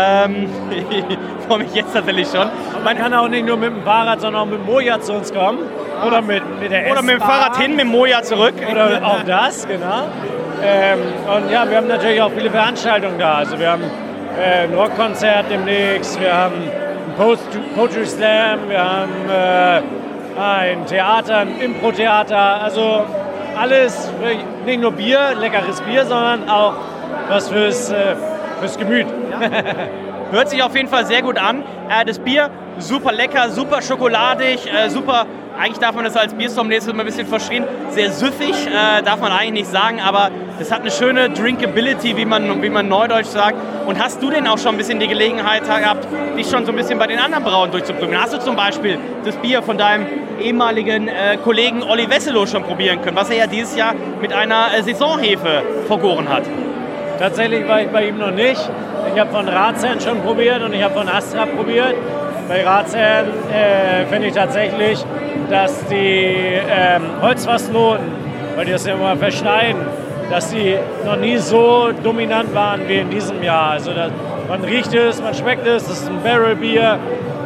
Ich freue mich jetzt tatsächlich schon. Man kann auch nicht nur mit dem Fahrrad, sondern auch mit dem Moja zu uns kommen. Oder mit der S-Bahn. Oder mit dem Fahrrad hin, mit dem Moja zurück. Oder auch das, genau. Und ja, wir haben natürlich auch viele Veranstaltungen da. Also wir haben ein Rockkonzert demnächst, wir haben einen Poetry Slam, wir haben ein Theater, ein Impro-Theater. Also alles, nicht nur Bier, leckeres Bier, sondern auch was fürs Gemüt. Hört sich auf jeden Fall sehr gut an. Das Bier super lecker, super schokoladig, super, eigentlich darf man das als Biersommelier immer ein bisschen verschrien, sehr süffig, darf man eigentlich nicht sagen, aber das hat eine schöne Drinkability, wie man neudeutsch sagt. Und hast du denn auch schon ein bisschen die Gelegenheit gehabt, dich schon so ein bisschen bei den anderen Brauen durchzuprobieren? Hast du zum Beispiel das Bier von deinem ehemaligen Kollegen Olli Wesselow schon probieren können, was er ja dieses Jahr mit einer Saisonhefe vergoren hat? Tatsächlich war ich bei ihm noch nicht. Ich habe von Ratsherrn schon probiert und ich habe von Astra probiert. Bei Ratsherrn finde ich tatsächlich, dass die Holzfassnoten, weil die das ja immer verschneiden, dass die noch nie so dominant waren wie in diesem Jahr. Also man riecht es, man schmeckt es, das ist ein Barrelbier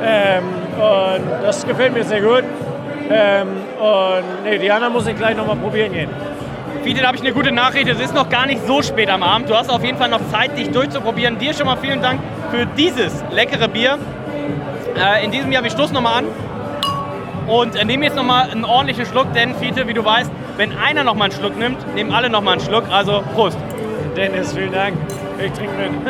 und das gefällt mir sehr gut. Die anderen muss ich gleich noch mal probieren gehen. Fiete, da habe ich eine gute Nachricht. Es ist noch gar nicht so spät am Abend. Du hast auf jeden Fall noch Zeit, dich durchzuprobieren. Dir schon mal vielen Dank für dieses leckere Bier. In diesem Jahr, wir stoßen nochmal an und nehmen jetzt nochmal einen ordentlichen Schluck, denn Fiete, wie du weißt, wenn einer nochmal einen Schluck nimmt, nehmen alle nochmal einen Schluck. Also Prost. Dennis, vielen Dank. Ich trinke mit.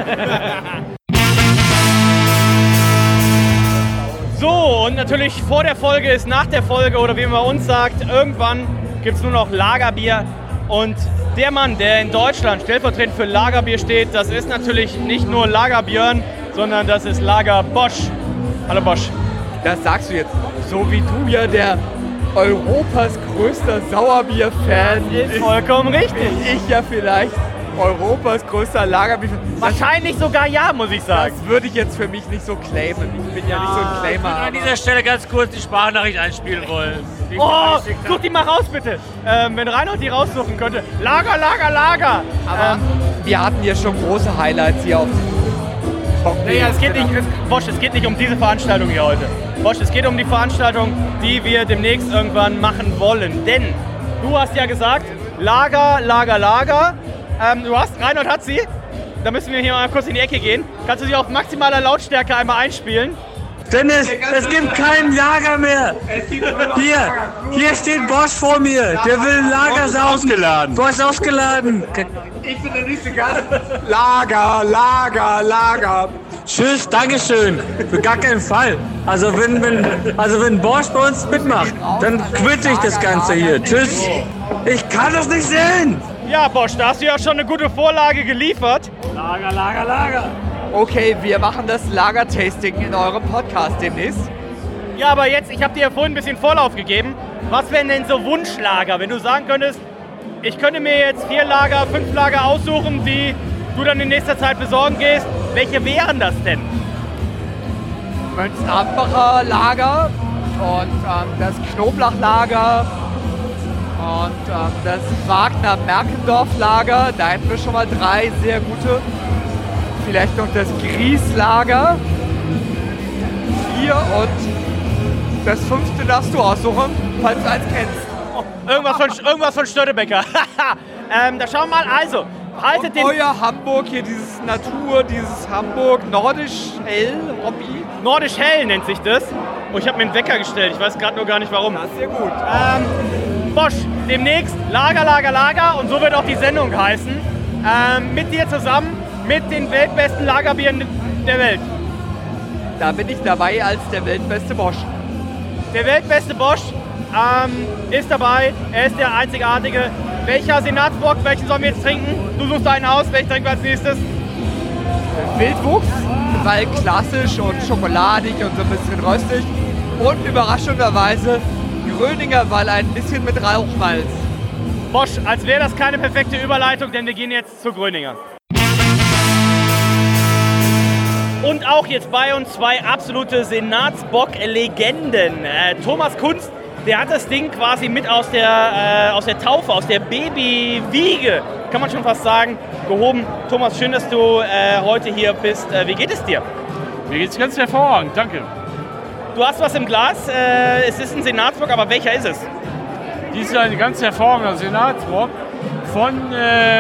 So, und natürlich vor der Folge ist nach der Folge, oder wie man bei uns sagt, irgendwann gibt es nur noch Lagerbier. Und der Mann, der in Deutschland stellvertretend für Lagerbier steht, das ist natürlich nicht nur Lagerbjörn, sondern das ist Lager Bosch. Hallo Bosch. Das sagst du jetzt, so wie du ja der Europas größter Sauerbier-Fan ist. Vollkommen richtig. Ich ja vielleicht Europas größter Lagerbier-Fan. Wahrscheinlich sogar ja, muss ich sagen. Das würde ich jetzt für mich nicht so claimen. Ich bin ja nicht so ein Claimer. Ich würde an dieser Stelle ganz kurz die Sprachnachricht einspielen wollen. Such die mal raus, bitte. Wenn Reinhold die raussuchen könnte. Lager, Lager, Lager. Aber wir hatten ja schon große Highlights hier auf Naja, Bosch, es geht nicht um diese Veranstaltung hier heute. Bosch, es geht um die Veranstaltung, die wir demnächst irgendwann machen wollen. Denn du hast ja gesagt, Lager, Lager, Lager. Reinhold hat sie. Da müssen wir hier mal kurz in die Ecke gehen. Kannst du sie auf maximaler Lautstärke einmal einspielen? Dennis, es gibt kein Lager mehr. Hier steht Bosch vor mir. Der will ein Lager saugen. Ausgeladen. Bosch ausgeladen. Ich bin der nächste Gast. Lager, Lager, Lager. Tschüss, Dankeschön. Für gar keinen Fall. Also wenn Bosch bei uns mitmacht, dann quitte ich das Ganze hier. Tschüss. Ich kann das nicht sehen. Ja, Bosch, da hast du ja schon eine gute Vorlage geliefert. Lager, Lager, Lager. Okay, wir machen das Lagertasting in eurem Podcast demnächst. Ja, aber jetzt, ich habe dir ja vorhin ein bisschen Vorlauf gegeben. Was wären denn so Wunschlager, wenn du sagen könntest, ich könnte mir jetzt 4 Lager, 5 Lager aussuchen, die du dann in nächster Zeit besorgen gehst. Welche wären das denn? Mönchshambacher Lager und das Knoblauchlager und das Wagner-Merkendorf-Lager. Da hätten wir schon mal 3 sehr gute. Vielleicht noch das Grieslager. 4 und das 5. darfst du aussuchen, falls du eins kennst. Oh, irgendwas von Störtebeker. Da schauen wir mal. Also, haltet den... Euer Hamburg, hier dieses Natur, dieses Hamburg, Nordisch Hell, Hobby. Nordisch Hell nennt sich das. Oh, ich habe mir einen Wecker gestellt. Ich weiß gerade nur gar nicht warum. Das ist sehr gut. Bosch, demnächst Lager, Lager, Lager. Und so wird auch die Sendung heißen. Mit dir zusammen, mit den weltbesten Lagerbieren der Welt. Da bin ich dabei als der weltbeste Bosch. Der weltbeste Bosch ist dabei. Er ist der einzigartige. Welcher Senatsbock, welchen sollen wir jetzt trinken? Du suchst einen aus. Welchen trinken wir als nächstes? Wildwuchs, weil klassisch und schokoladig und so ein bisschen röstig. Und überraschenderweise Gröninger, weil ein bisschen mit Rauchmalz. Bosch, als wäre das keine perfekte Überleitung, denn wir gehen jetzt zu Gröninger. Und auch jetzt bei uns 2 absolute Senatsbock-Legenden. Thomas Kunst, der hat das Ding quasi mit aus der Taufe, aus der Babywiege, kann man schon fast sagen, gehoben. Thomas, schön, dass du heute hier bist. Wie geht es dir? Mir geht es ganz hervorragend, danke. Du hast was im Glas. Es ist ein Senatsbock, aber welcher ist es? Dies ist ein ganz hervorragender Senatsbock von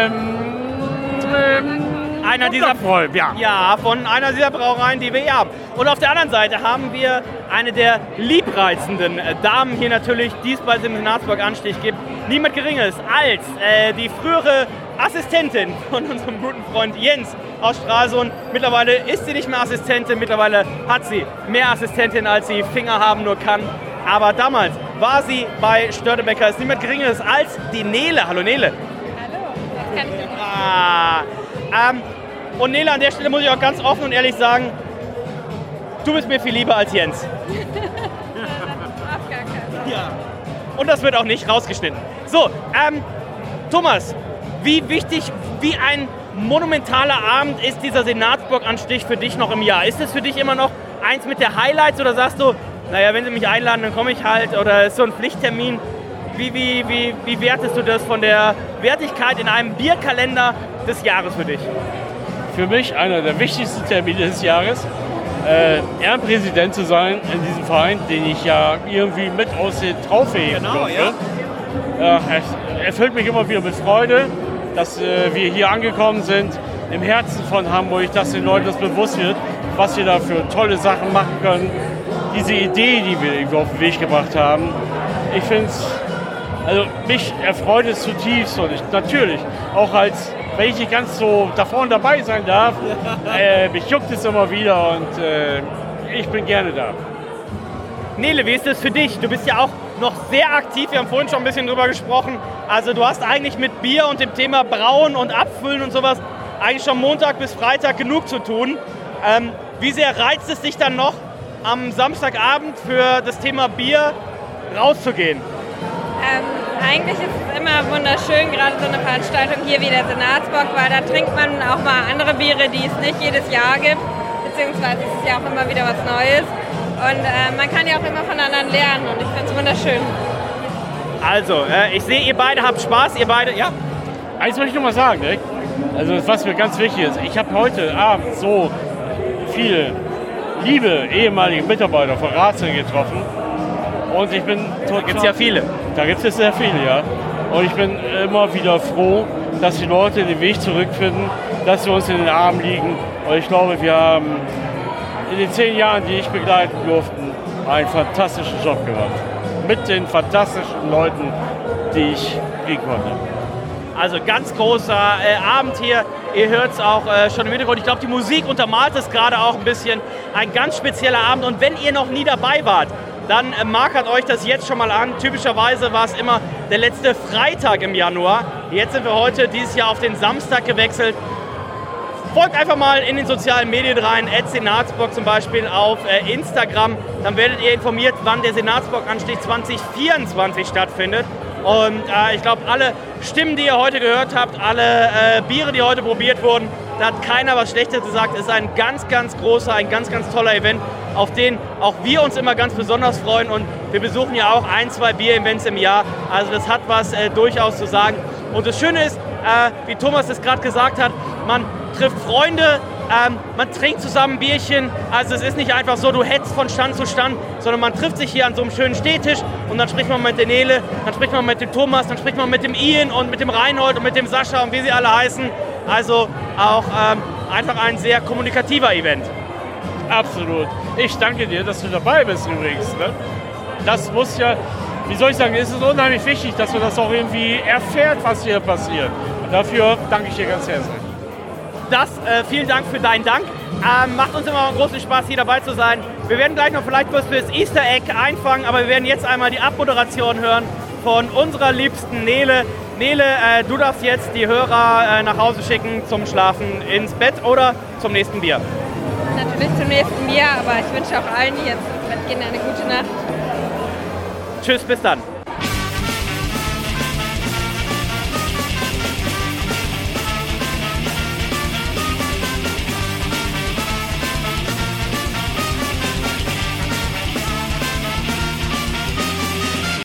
einer dieser von einer dieser Brauereien, die wir hier haben. Und auf der anderen Seite haben wir eine der liebreizenden Damen hier natürlich, die es bei dem Senatsbock-Anstich gibt. Niemand Geringeres als die frühere Assistentin von unserem guten Freund Jens aus Stralsund. Mittlerweile ist sie nicht mehr Assistentin, mittlerweile hat sie mehr Assistentin, als sie Finger haben nur kann. Aber damals war sie bei Störtebeker. Ist niemand Geringeres als die Nele. Hallo Nele. Hallo, das kann ich nicht. Und Nele, an der Stelle muss ich auch ganz offen und ehrlich sagen, du bist mir viel lieber als Jens. Ja. Und das wird auch nicht rausgeschnitten. So, Thomas, wie wichtig, wie ein monumentaler Abend ist dieser Senatsbock-Anstich für dich noch im Jahr? Ist es für dich immer noch eins mit der Highlights oder sagst du, naja, wenn sie mich einladen, dann komme ich halt, oder ist so ein Pflichttermin? Wie wertest du das von der Wertigkeit in einem Bierkalender des Jahres für dich? Für mich einer der wichtigsten Termine des Jahres, Ehrenpräsident zu sein in diesem Verein, den ich ja irgendwie mit aus der Traufe heben durfte. Ja. Erfüllt mich immer wieder mit Freude, dass wir hier angekommen sind, im Herzen von Hamburg, dass den Leuten das bewusst wird, was wir da für tolle Sachen machen können. Diese Idee, die wir irgendwie auf den Weg gebracht haben, ich finde es, also mich erfreut es zutiefst und ich, natürlich, auch als, wenn ich nicht ganz so da vorne dabei sein darf, mich juckt es immer wieder und ich bin gerne da. Nele, wie ist das für dich? Du bist ja auch noch sehr aktiv, wir haben vorhin schon ein bisschen drüber gesprochen. Also du hast eigentlich mit Bier und dem Thema Brauen und Abfüllen und sowas eigentlich schon Montag bis Freitag genug zu tun. Wie sehr reizt es dich dann noch, am Samstagabend für das Thema Bier rauszugehen? Eigentlich ist es immer wunderschön, gerade so eine Veranstaltung hier wie der Senatsbock, weil da trinkt man auch mal andere Biere, die es nicht jedes Jahr gibt, beziehungsweise es ist ja auch immer wieder was Neues. Und man kann ja auch immer von anderen lernen und ich finde es wunderschön. Also, ich sehe, ihr beide habt Spaß, ihr beide, ja? Eins möchte ich noch mal sagen, ne? Also was mir ganz wichtig ist, ich habe heute Abend so viele liebe ehemalige Mitarbeiter von Ratio getroffen und ich bin total... Da gibt es ja viele. Da gibt es sehr viele, ja. Und ich bin immer wieder froh, dass die Leute den Weg zurückfinden, dass wir uns in den Armen liegen. Und ich glaube, wir haben in den 10 Jahren, die ich begleiten durfte, einen fantastischen Job gemacht. Mit den fantastischen Leuten, die ich kriegen konnte. Also ganz großer Abend hier. Ihr hört es auch schon im Hintergrund. Ich glaube, die Musik untermalt es gerade auch ein bisschen. Ein ganz spezieller Abend. Und wenn ihr noch nie dabei wart, dann markert euch das jetzt schon mal an. Typischerweise war es immer der letzte Freitag im Januar. Jetzt sind wir heute dieses Jahr auf den Samstag gewechselt. Folgt einfach mal in den sozialen Medien rein, @Senatsbock zum Beispiel auf Instagram. Dann werdet ihr informiert, wann der Senatsbock-Anstich 2024 stattfindet. Und ich glaube, alle Stimmen, die ihr heute gehört habt, alle Biere, die heute probiert wurden, da hat keiner was Schlechtes gesagt. Es ist ein ganz, ganz großer, ein ganz, ganz toller Event, auf den auch wir uns immer ganz besonders freuen. Und wir besuchen ja auch 1, 2 Bier-Events im Jahr. Also das hat was durchaus zu sagen. Und das Schöne ist, wie Thomas es gerade gesagt hat, man trifft Freunde, man trinkt zusammen ein Bierchen. Also es ist nicht einfach so, du hetzt von Stand zu Stand, sondern man trifft sich hier an so einem schönen Stehtisch und dann spricht man mit der Nele, dann spricht man mit dem Thomas, dann spricht man mit dem Ian und mit dem Reinhold und mit dem Sascha und wie sie alle heißen. Also auch einfach ein sehr kommunikativer Event. Absolut. Ich danke dir, dass du dabei bist übrigens. Ne? Das muss ja, wie soll ich sagen, es ist unheimlich wichtig, dass man das auch irgendwie erfährt, was hier passiert. Und dafür danke ich dir ganz herzlich. Vielen Dank für deinen Dank. Macht uns immer einen großen Spaß, hier dabei zu sein. Wir werden gleich noch vielleicht was fürs Easter Egg einfangen, aber wir werden jetzt einmal die Abmoderation hören von unserer liebsten Nele. Nele, du darfst jetzt die Hörer nach Hause schicken zum Schlafen ins Bett oder zum nächsten Bier. Natürlich zum nächsten Bier, aber ich wünsche auch allen, die jetzt ins Bett gehen, eine gute Nacht. Tschüss, bis dann.